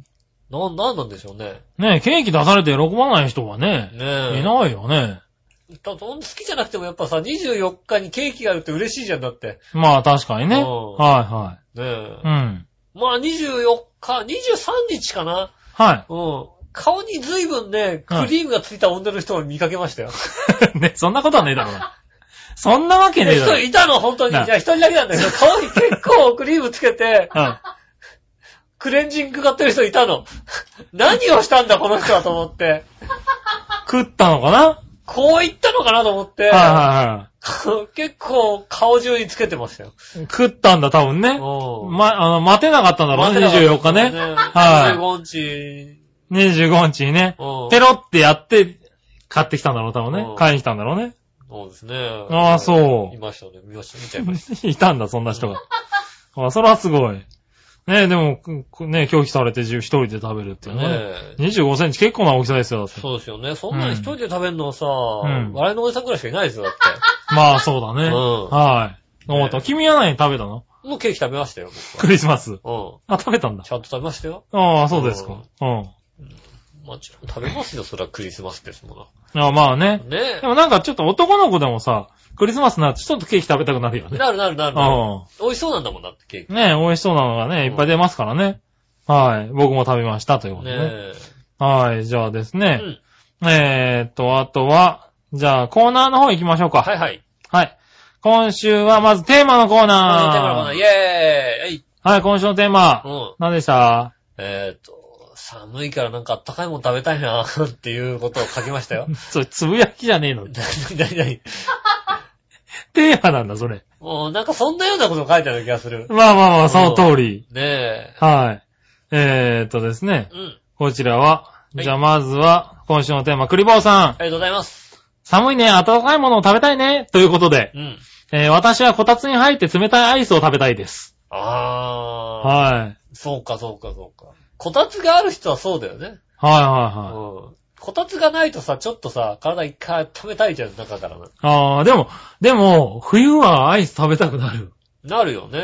な、なんなんでしょうね。 ねえ、ケーキ出されて喜ばない人はね。ねえ。いないよね。 だ好きじゃなくてもやっぱさ、にじゅうよっかにケーキがあるって嬉しいじゃんだって。 まあ確かにね。はいはい。 ねえ。 うん。 まあにじゅうよっか、にじゅうさんにちかな。 はい。 うん。顔に随分ね、クリームがついた女の人を見かけましたよ。 ね、そんなことはねえだろうな。そんなわけねえだろ。 人いたの、本当に。じゃあ一人だけなんだけど、顔に結構クリームつけて、うん、クレンジング買ってる人いたの。何をしたんだ、この人はと思って。 食ったのかな？ こう言ったのかなと思って。はいはいはい。結構顔中につけてましたよ。 食ったんだ、多分ね。ま、あの、待てなかったんだろうね、にじゅうよっかね。はい。にじゅうごにち。にじゅうごにちにね。ペロってやって、買ってきたんだろう、多分ね。買いに来たんだろうね。 そうですね。 ああ、そう。 いましたね。見ました。見ちゃいました。 いたんだ、そんな人が。あ、それはすごい。ねえ、でも、ね、拒否されて一人で食べるっていうね。ねにじゅうごセンチ結構な大きさですよ、だって。 そうですよね。そんなに一人で食べるのはさ、うん、笑いのおじさんくらいしかいないですよ、だって。 まあ、そうだね。うん。はい。思った。君は何食べたの？ もうケーキ食べましたよ、 クリスマス。 うん。 あ、食べたんだ。 ちゃんと食べましたよ。 ああ、そうですか。うん。うんもちろん食べますよ、それはクリスマスですもの。 あまあね。 ねでもなんかちょっと男の子でもさ、クリスマスになってちょっとケーキ食べたくなるよね。 なるなるなるなる。うん。美味しそうなんだもんだってケーキ。 ねえ、美味しそうなのがね、いっぱい出ますからね。はい。僕も食べましたということでね。ねはい。じゃあですね。うん、えーっと、あとは、じゃあコーナーの方行きましょうか。 はいはい。 はい。今週はまずテーマのコーナー。 テーマのコーナー、イェーイはい、今週のテーマ。うん。何でした？ えーっと、寒いからなんかあったかいもの食べたいなっていうことを書きましたよ。 それ、つぶやきじゃねえの。 なになになにテーマなんだ、それ。 もうなんかそんなようなこと書いてある気がする。 まあまあまあ、その通り。 ねえ。 はい。えーっとですね。うん。こちらは、はい、じゃあまずは、今週のテーマ、クリボーさん。 ありがとうございます。 寒いね、温かいものを食べたいね、ということで。うん。えー、私はこたつに入って冷たいアイスを食べたいです。 あー。 はい。 そうか、そうか、そうか。こたつがある人はそうだよね。 はいはいはい。うん。 こたつがないとさ、ちょっとさ、体一回食べたいじゃん、中からな。 ああ、でも、でも、冬はアイス食べたくなる。 なるよね。 うん。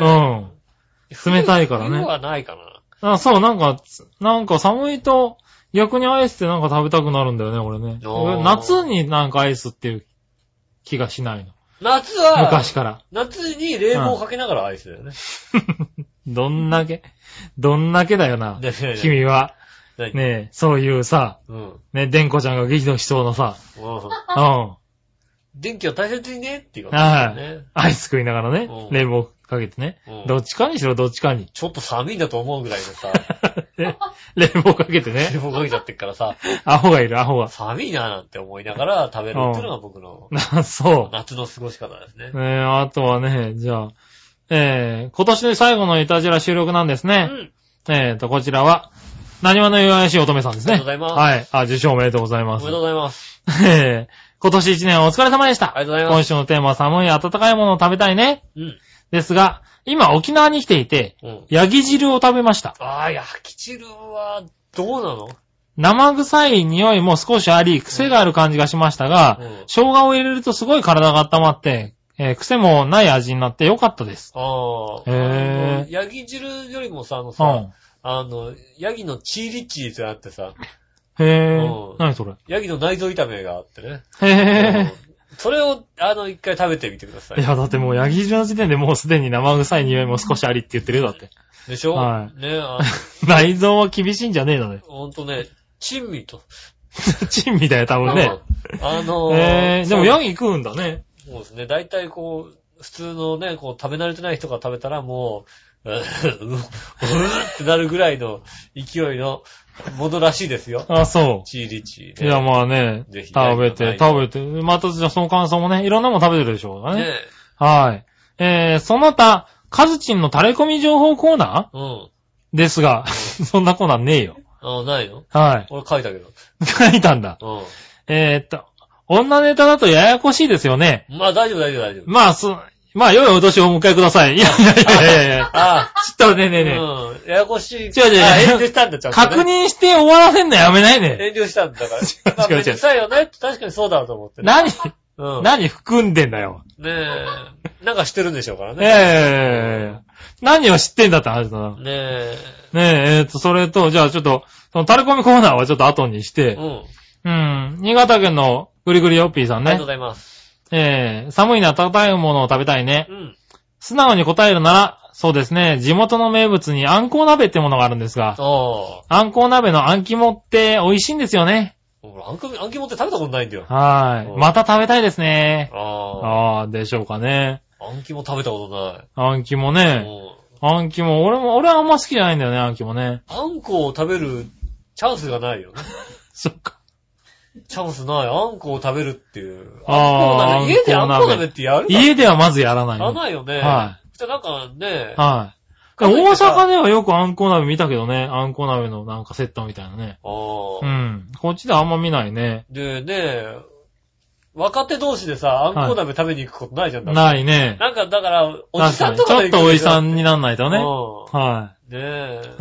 冷たいからね。 冬はないかな。 あそう、なんか、なんか寒いと、逆にアイスってなんか食べたくなるんだよね、俺ね。夏になんかアイスっていう気がしないの。 夏は、 昔から。 夏に冷房をかけながらアイスだよね。 うん、どんだけ、どんだけだよな。君は。ねえ、そういうさ、うん、ね、でんこちゃんが激怒しそうなさ、うん。うん。 電気を大切にねっていうことですよね。 アイス食いながらね、うん、冷房かけてね、うん。どっちかにしろ、どっちかに。 ちょっと寒いんだと思うぐらいでさ。 冷房かけてね。 冷房かけちゃってっからさ。 アホがいる、アホが。 寒いなーなんて思いながら食べるっていうのが僕の、 うん、そう。 夏の過ごし方ですね。 えー、あとはね、じゃあ、えー、今年の最後のイタジラ収録なんですね。うん、えーと、こちらは、何話の弱々しい乙女さんですね。 ありがとうございます。 はい。あ、受賞おめでとうございます。 おめでとうございます。 えー、今年一年お疲れ様でした。 ありがとうございます。 今週のテーマは寒い暖かいものを食べたいね。うん。ですが、今沖縄に来ていて、うん、ヤギ汁を食べました。 ああ、ヤギ汁は、どうなの？ 生臭い匂いも少しあり、癖がある感じがしましたが、うん、生姜を入れるとすごい体が温まって、えー、癖もない味になってよかったです。 ああ。へー。ヤギ汁よりもさ、あのさ、うんあの、ヤギのチーリッチーってあってさ。 へぇー。うん、何それ？ ヤギの内臓炒めがあってね。 へぇー。 それを、あの、一回食べてみてください。 いや、だってもうヤギ汁の時点でもうすでに生臭い匂いも少しありって言ってるよ、だって。 でしょ？はい。ねあ内臓は厳しいんじゃねえのね。 ほんとね、珍味と。 珍味だよ、多分ね。 あのー、 えー、でもヤギ食うんだね。 そうですね。だいたいこう、普通のね、こう食べ慣れてない人が食べたらもう、うぅ、うぅってなるぐらいの勢いのものらしいですよ。 あ、そう。 チーリチー、 ね。いや、まあね。ぜひ。食べて、食べて。また、じゃあその感想もね、いろんなもの食べてるでしょうかね。ねはい。えー、その他、カズチンの垂れ込み情報コーナーうん。ですが、うん、そんなコーナーねえよ。 あ、ないの？ はい。 俺書いたけど。 書いたんだ。うん。えーっと、女ネタだとややこしいですよね。 まあ大丈夫大丈夫大丈夫。 まあ、そ、まあ、良いお年をお迎えください。いやいやいやいやいや。ああ。ちょっとねねね。 うん。ややこしい。違う違う。 遠慮したんだ、ちゃんと、ね。 確認して終わらせんのやめないね。 遠慮したんだから。違う違う。めんどくさいよね。確かにそうだと思って、ね。 何うん。何含んでんだよ。 ねえ。なんか知ってるんでしょうからね。 ええー。何を知ってんだって話だな。 ねえ。 ねえ、えっと、それと、じゃあちょっと、そのタレコミコーナーはちょっと後にして、うん。うん。新潟県のぐりぐりよっぴーさんね。 ありがとうございます。 えー、寒いな、温かいものを食べたいね。うん。素直に答えるなら、そうですね、地元の名物にあんこう鍋ってものがあるんですが、あんこう鍋のあん肝って美味しいんですよね。 俺、あんこ、あん肝って食べたことないんだよ。 はい。また食べたいですね。ああ。でしょうかね。 あん肝食べたことない。 あん肝ね。あん肝、俺も、俺はあんま好きじゃないんだよね、あん肝ね。 あんこを食べるチャンスがないよね。 そっか。 チャンスない。あんこを食べるっていう。あんこ鍋。家であんこ鍋ってやるか家ではまずやらない、 ね。やらないよね。 はい。 じゃなんかね。 はい。大阪ではよくあんこ鍋見たけどね。あんこ鍋のなんかセットみたいなね。ああ。うん。こっちであんま見ないね。 でね、若手同士でさ、あんこ鍋食べに行くことないじゃん。 はい、ないね。 なんか、だから、おじさんとかで行くちょっとおじさんになんないとね。はい。 ねえ。 うん。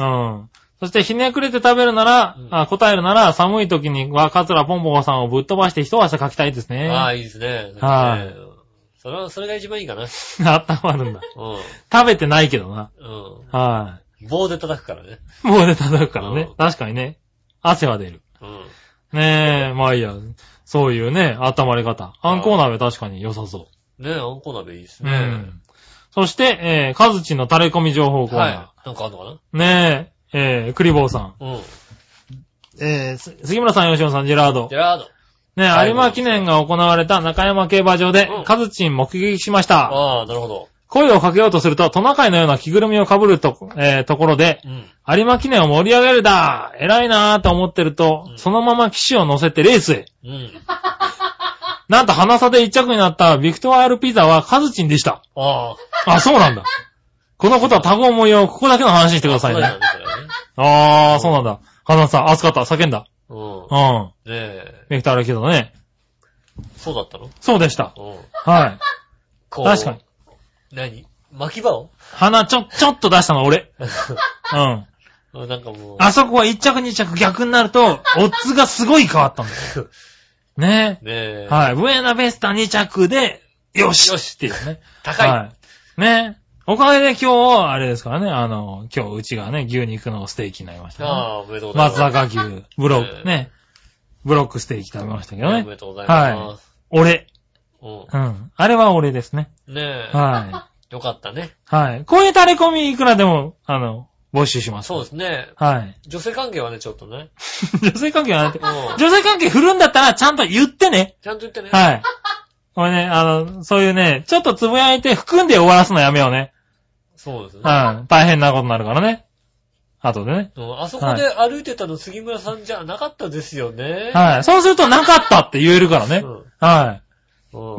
そして、ひねくれて食べるなら、うん、あ答えるなら、寒い時には、桂ぽんぽこさんをぶっ飛ばして一汗かきたいですね。 ああ、いいですね。 はい。 それは、それが一番いいかな。 あったまるんだ。うん。食べてないけどな。うん。はい。 棒で叩くからね。 棒で叩くからね。うん、確かにね。汗は出る。うん。ねえ、まあいいや。そういうね、温まり方。あんこう鍋確かに良さそう。 ねえ、あんこう鍋いいですね。うん。 そして、えー、かずちんのタレコミ情報コーナー。はい。 なんかあんのかなねえ、えー、クリボーさん。うん。えー、杉村さん、吉野さん、ジェラード。 ジェラード。 ねえ、有馬記念が行われた中山競馬場で、うん、かずちん目撃しました。 ああ、なるほど。 声をかけようとすると、トナカイのような着ぐるみを被ると、えー、ところで、うん、有馬記念を盛り上げるだ偉いなーと思ってると、うん、そのまま騎手を乗せてレースへ。うん、なんと鼻差で一着になったビクトワールピザはカズチンでした。ああ。あ、そうなんだ。このことは他言も言おう、ここだけの話にしてくださいね。ああ、そうなんだ。鼻差、熱かった、叫んだ。うん。うん。ねえ。ビクトワールピザね。 そうだったの？ そうでした。うん。はい。確かに。 何？巻き場を？ 鼻ちょ、ちょっと出したの、俺。 うん。なんかもう。 あそこは一着二着逆になると、オッズがすごい変わったんだよ。ねえ。ねえ。はい。ブエナベスタに着で、よしよしっていうね。 高い。はい。 ねえ。おかげで今日、あれですからね、あの、今日うちがね、牛肉のステーキになりましたね。ああ、おめでとうございます。 松坂牛、ブロック、ね。ブロックステーキ食べましたけどね。 おめでとうございます。 はい。俺。うん。うん。あれは俺ですね。 ねえ。はい。 よかったね。 はい。こういうタレコミいくらでも、あの、募集します。 そうですね。 はい。 女性関係はね、ちょっとね。 女性関係はね、女性関係振るんだったらちゃんと言ってね。 ちゃんと言ってね。 はい。これね、あの、そういうね、ちょっとつぶやいて含んで終わらすのやめようね。 そうですね。 うん。大変なことになるからね。後でね。 あそこで歩いてたの杉村さんじゃなかったですよね。 はい。そうするとなかったって言えるからね。うん、はい。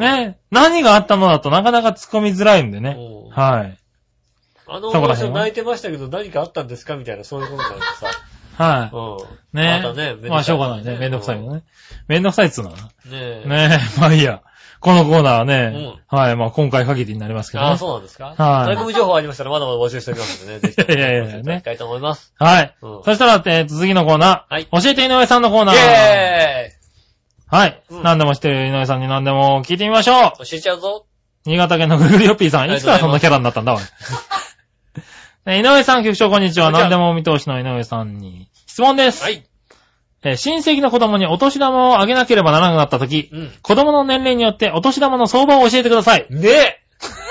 ね。何があったのだとなかなか突っ込みづらいんでね。はい。 あのおばあさん泣いてましたけど何かあったんですかみたいなそういうことになるとさ。 はい。うん。ねまたね、まあしょうがないね。めんどくさいのね。めんどくさいっつうのはな。ねえ。ねえ、まあいいや。このコーナーはね、うん、はい、まあ今回限りになりますけどね。 ああ、そうなんですかはい。タレコミ情報ありましたらまだまだ募集しておきますのでね。ぜひ、 いやいやいや、ね。 いきたいと思います。 はい。うん、そしたら、えー、次のコーナー。はい。教えて井上さんのコーナー。イェーイはい。うん、何でも知ってる井上さんに何でも聞いてみましょう。 教えちゃうぞ。 新潟県のぐるぐるよっぴーさん。いつからそんなキャラになったんだ、おい。井上さん、局長こんにちは。何でもお見通しの井上さんに質問です。はい。えー、親戚の子供にお年玉をあげなければならなくなったとき、うん、子供の年齢によってお年玉の相場を教えてください。 ねえ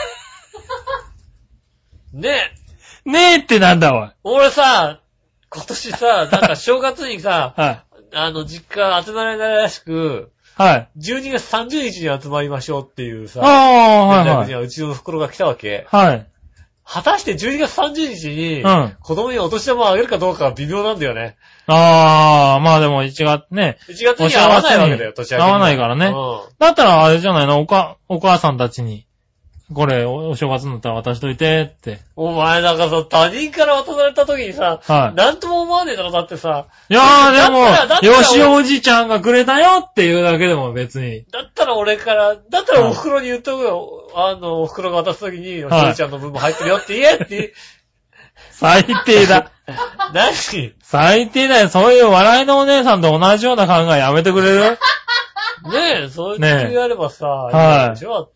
ねえねえってなんだおい。 俺さ、今年さ、なんか正月にさ、はい、あの、実家集まれないらしく、はい。じゅうにがつさんじゅうにちに集まりましょうっていうさ、 ああ、はいはい。 うちの袋が来たわけ。 はい。 果たしてじゅうにがつさんじゅうにちに、うん、子供にお年玉をあげるかどうかは微妙なんだよね。 ああ、まあでもいちがつね。 いちがつに合わないわけだよ、年明けに。 合わないからね。うん、だったらあれじゃないの、おか、お母さんたちに、これお、お正月になったら渡しといてって。 お前なんかさ、他人から渡された時にさ、はい、なんとも思わねえだろ、だってさ。 いやーでも、よしおじちゃんがくれたよっていうだけでも別に。 だったら俺から、だったらお袋に言っとくよ。はい、あの、お袋が渡す時に、よしおじちゃんの分も入ってるよって言えって。 最低だ。 何？ 最低だよ。そういう笑いのお姉さんと同じような考えやめてくれる？ ねえ、そういう時やればさ、 はい。でしょだって。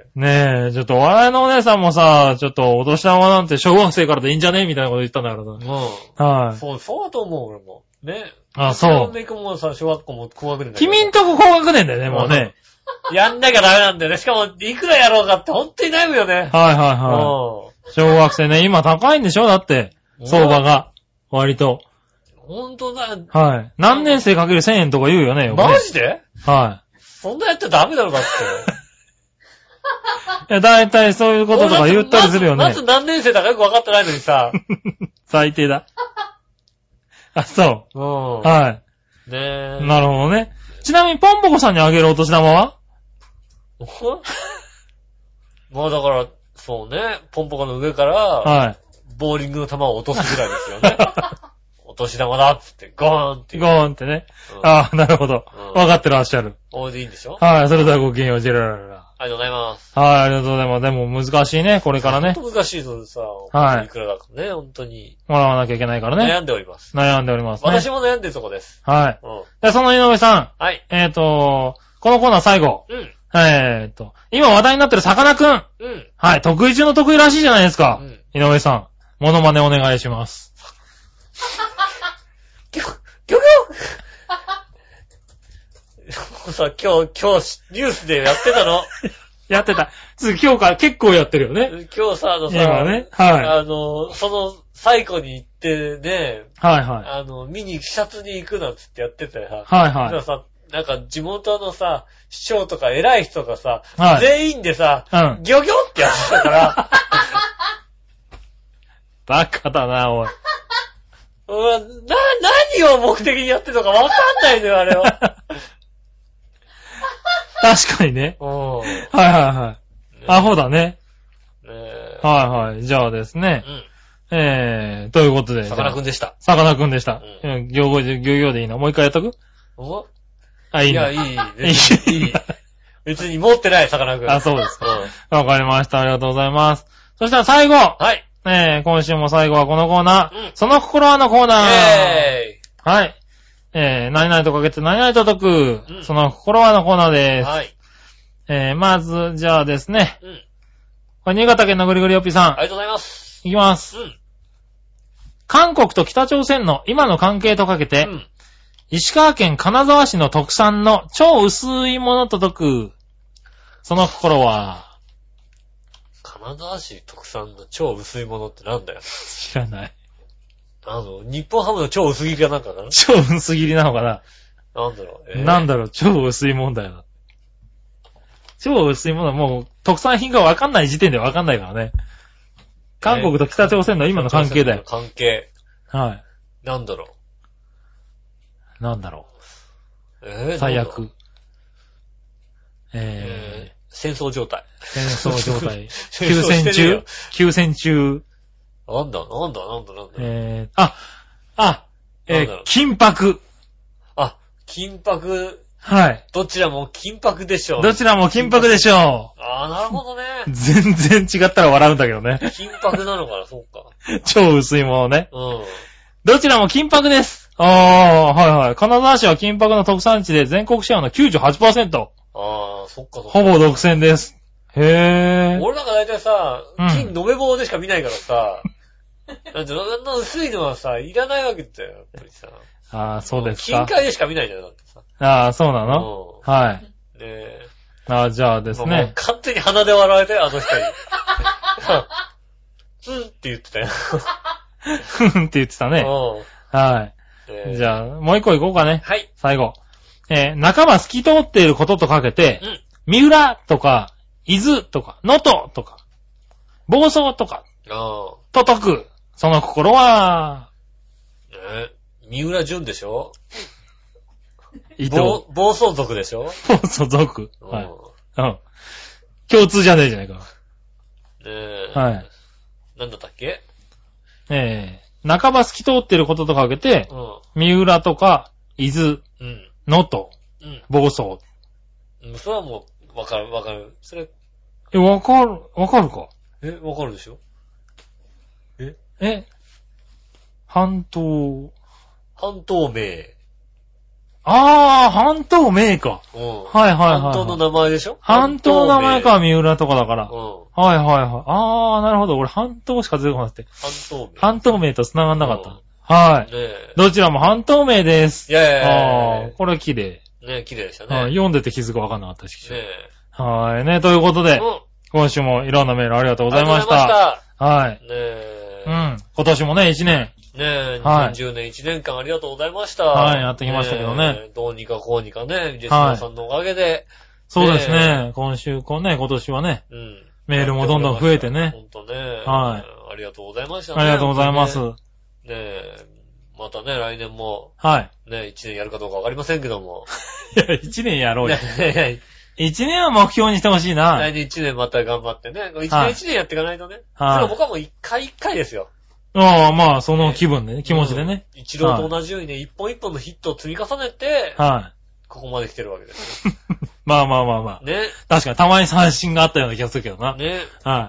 ねえ、ちょっとお笑いのお姉さんもさ、ちょっとお年玉なんて小学生からでいいんじゃねみたいなこと言ったんだからな。うん。はい。 そう、そうだと思う、俺も。ね。 あ、そう。 メイクもさ、小学校も高学年だけど。君んとこ高学年だよね、もうね。 やんなきゃダメなんだよね。しかも、いくらやろうかってほんとに悩むよね。 はいはいはい。小学生ね、今高いんでしょだって。相場が。割と。 ほんとだ。 はい。何年生かけるせんえんとか言うよね。 マジで？ はい。 そんなやっちゃダメだろ、だって。 いや、だいたいそういうこととか言ったりするよね。 まず、まず何年生だかよくわかってないのにさ。 最低だ。あ、そう。うん。はい。ねえ。なるほどね。ちなみに、ポンポコさんにあげるお年玉はまあだから、そうね、ポンポコの上から、はい。ボーリングの球を落とすぐらいですよね。お年玉だっつって、ゴーンって。 ゴーンってね。うん、ああ、なるほど。うん、分かってらっしゃる。 おいでいいんでしょ？ はい、それではごきげんよう、ジェラララ。 ありがとうございます。 はい、ありがとうございます。でも難しいね、これからね。 ほんと難しいのでさ、はい。いくらだかね、ほんとに。 もらわなきゃいけないからね。 悩んでおります。 悩んでおります、ね。 私も悩んでるとこです。 はい。うん。で、その井上さん。はい。えっと、このコーナー最後。うん。えっと、今話題になってるさかなクン。うん。はい、得意中の得意らしいじゃないですか。うん。井上さん、モノマネお願いします。 ギョギョギョさ、今日、今日、ニュースでやってたの。 やってた。今日から結構やってるよね。 今日さ、あのさ、 今ね、はい。 あの、その、最後に行ってね、 はいはい。 あの、見に、視察に行くなんつってやってたよ。 はいはい。 だからさ、なんか地元のさ、市長とか偉い人がさ、はい、全員でさ、うん、ギョギョってやってたから。 バカだな、おい。 な、何を目的にやってるのかわかんないのよ、あれは。 確かにね。はいはいはい。ね、アホだね。ねはいはい。じゃあですね。うん、えー、ということで。 さかなクンでした。 さかなクンでした。うん。行語で、行語でいいの？もう一回やっとく？ おあ、いいの？いや、いい。いい。いい。別に持ってない、さかなクン。 あ、そうですか。わ、うん、かりました。ありがとうございます。そしたら最後。 はい。 えー、今週も最後はこのコーナー。うん、その心はのコーナー。 えーはい。えー、何々とかけて何々と解く、うん、その心はのコーナーです。はい。えー、まず、じゃあですね。うん。これ、新潟県のぐりぐりよっぴさん。 ありがとうございます。 いきます。うん。韓国と北朝鮮の今の関係とかけて、うん、石川県金沢市の特産の超薄いものと解く、その心は、 金沢市特産の超薄いものってなんだよ。 知らない。 あの、日本ハムの超薄切りかなんかかな？ 超薄切りなのかな？ なんだろう、 えー、なんだろう、超薄いもんだよ。超薄いものはもう特産品がわかんない時点でわかんないからね。韓国と北朝鮮の今の関係だよ。 関係。 はい。 なんだろう。なんだろう。えー、 最悪。えー、 えー、戦争状態。 戦争状態。休戦中休戦中。 なんだ、なんだ、なんだ、なんだ。 えー、あ、あ、えー、緊迫。 あ、緊迫。 はい。 どちらも緊迫でしょう。 どちらも緊迫でしょう。ああ、なるほどね。 全然違ったら笑うんだけどね。 緊迫なのかな、そうか。 超薄いものね。 うん。 どちらも緊迫です。ああ、はいはい。金沢市は緊迫の特産地で全国シェアの きゅうじゅうはちパーセント。 ああ、そっかそっか。 ほぼ独占です。へぇー。 俺なんか大体さ、金延べ棒でしか見ないからさ、なんて、あんな薄いのはさ、いらないわけだよ、やっぱりさ。 ああ、そうですか。 金塊でしか見ないじゃん、だってさ。 ああ、そうなの？はい。 ねえ。 ああ、じゃあですね。もう完全に鼻で笑えて、あの人に。ふんって言ってたよ。 ふんって言ってたね。はい。じゃあ、もう一個行こうかね。 はい。 最後。えー、仲間透き通っていることとかけて、うん、三浦とか、伊豆とか、能登とか、房総とか、と解く、その心は、 えー、三浦淳でしょ？ 伊藤。 暴走族でしょ？ 暴走族。はい。うん。共通じゃねえじゃないか。 えー、はい。 なんだったっけ？ えー、半ば透き通ってることとかけて、うん、三浦とか、伊豆、 うん、 能登、うん、房総。 うん、それはもう、わかる、わかる。それ。 え、わかる、わかるか？ え、わかるでしょ？ええ半島。 半透明。 あー、半透明か。 うん。 はいはいはい。 半島の名前でしょ？ 半島の名前か、三浦とかだから。 うん。 はいはいはい。あー、なるほど。俺半島しか出てこなくて。 半透明。 半透明と繋がんなかった。うん、はい。ねどちらも半透明です。 いやいやいやあー、これ綺麗。 ね綺麗でしたね。 はい。読んでて気づくわかんなかったし。ねはいね。ということで、うん、今週もいろんなメールありがとうございました。ありがとうございました。はい。ねえ。うん。今年もね、一年。 ねえ、にせんじゅうねんいちねんかんありがとうございました。 はい、やってきましたけどね。ねどうにかこうにかね、ジェスナーさんのおかげで。はい、 そうですね。今週、こうね、今年はね。うん。メールもどんどん増えてね。 ほんとね。 はい。 ありがとうございましたね。 ありがとうございます。ねえ、またね、来年も。 はい。 ね、いちねんやるかどうかわかりませんけども。 いや、いちねんやろうよ。いちねんは目標にしてほしいな。 来年いちねんまた頑張ってね。いちねんいちねんやっていかないとね。はい。僕はもういっかいいっかいですよ。 ああ、まあ、その気分でね、気持ちでね。 一郎と同じようにね、一本一本のヒットを積み重ねて、はい。ここまで来てるわけですよ。 まあまあまあまあ。 ね。 確かにたまに三振があったような気がするけどな。 ね。 はい。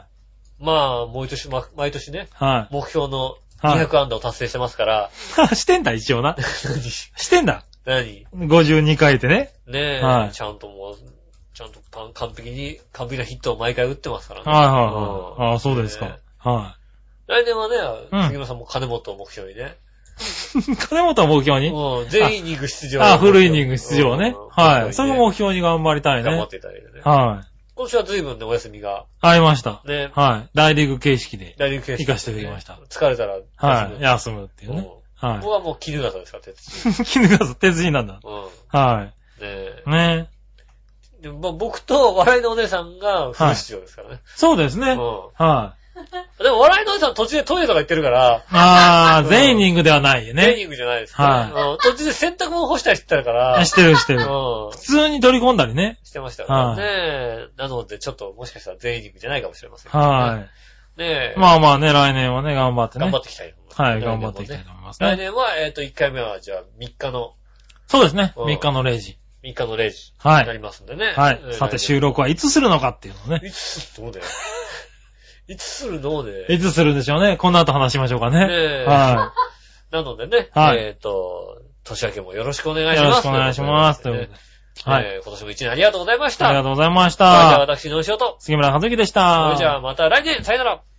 まあ、毎年、毎年ね。 はい。 目標のにひゃく安打を達成してますから。 してんだ、一応な。 何してんだ。 何 ? ごじゅうに 回ってね。 ねえ。はい。ちゃんともう、ちゃんと完璧に、完璧なヒットを毎回打ってますからね。 はいはいはい。ああ、そうですか。はい。 来年はね、杉村さんも金本を目標にね。 金本を目標にうん、全イニング出場。 あ、フルイニング出場ね。はい。それも目標に頑張りたいね。 頑張っていただいてね。 はい。 今週は随分ね、お休みが。 ありました。 ね。 はい。大リーグ形式で。 大リーグ形式で。行かせていただきました。 疲れたら。 はい。休むっていうね。 はい。僕はもう絹笠ですから、鉄人。絹笠、鉄人なんだ。 うん。 はい。 ねえ。 ねえ。でも僕と笑いのお姉さんがフル出場ですからね。 そうですね。うん。はい。 でも、笑いのおじさん途中でトイレとか行ってるから。 ああ、全イニングではないよね。 全イニングじゃないですね。はい。途中で洗濯物干したりしてたから。 してるしてる。うん。普通に取り込んだりね。 してましたからね。なので、ちょっともしかしたら全イニングじゃないかもしれません。 はい。 ねえ。 まあまあね、来年はね、頑張ってね。 頑張っていきたい。 はい、頑張っていきたいと思いますね。 来年は、えっと、いっかいめは、じゃあ、みっかの。 そうですね。みっかのれいじ。 みっかのれいじ。 はい。 なりますんでね。 はい。さて、収録はいつするのかっていうのね。 いつ、どうだよ。いつするので。 いつするんでしょうね。この後話しましょうかね。 ねはい。なのでね。はい。えっと、年明けもよろしくお願いします。よろしくお願いします。ということで。 はい。今年も一年ありがとうございました。 ありがとうございました。 それでは私のお仕事。 杉村和之でした。 それじゃあまた来年、さよなら。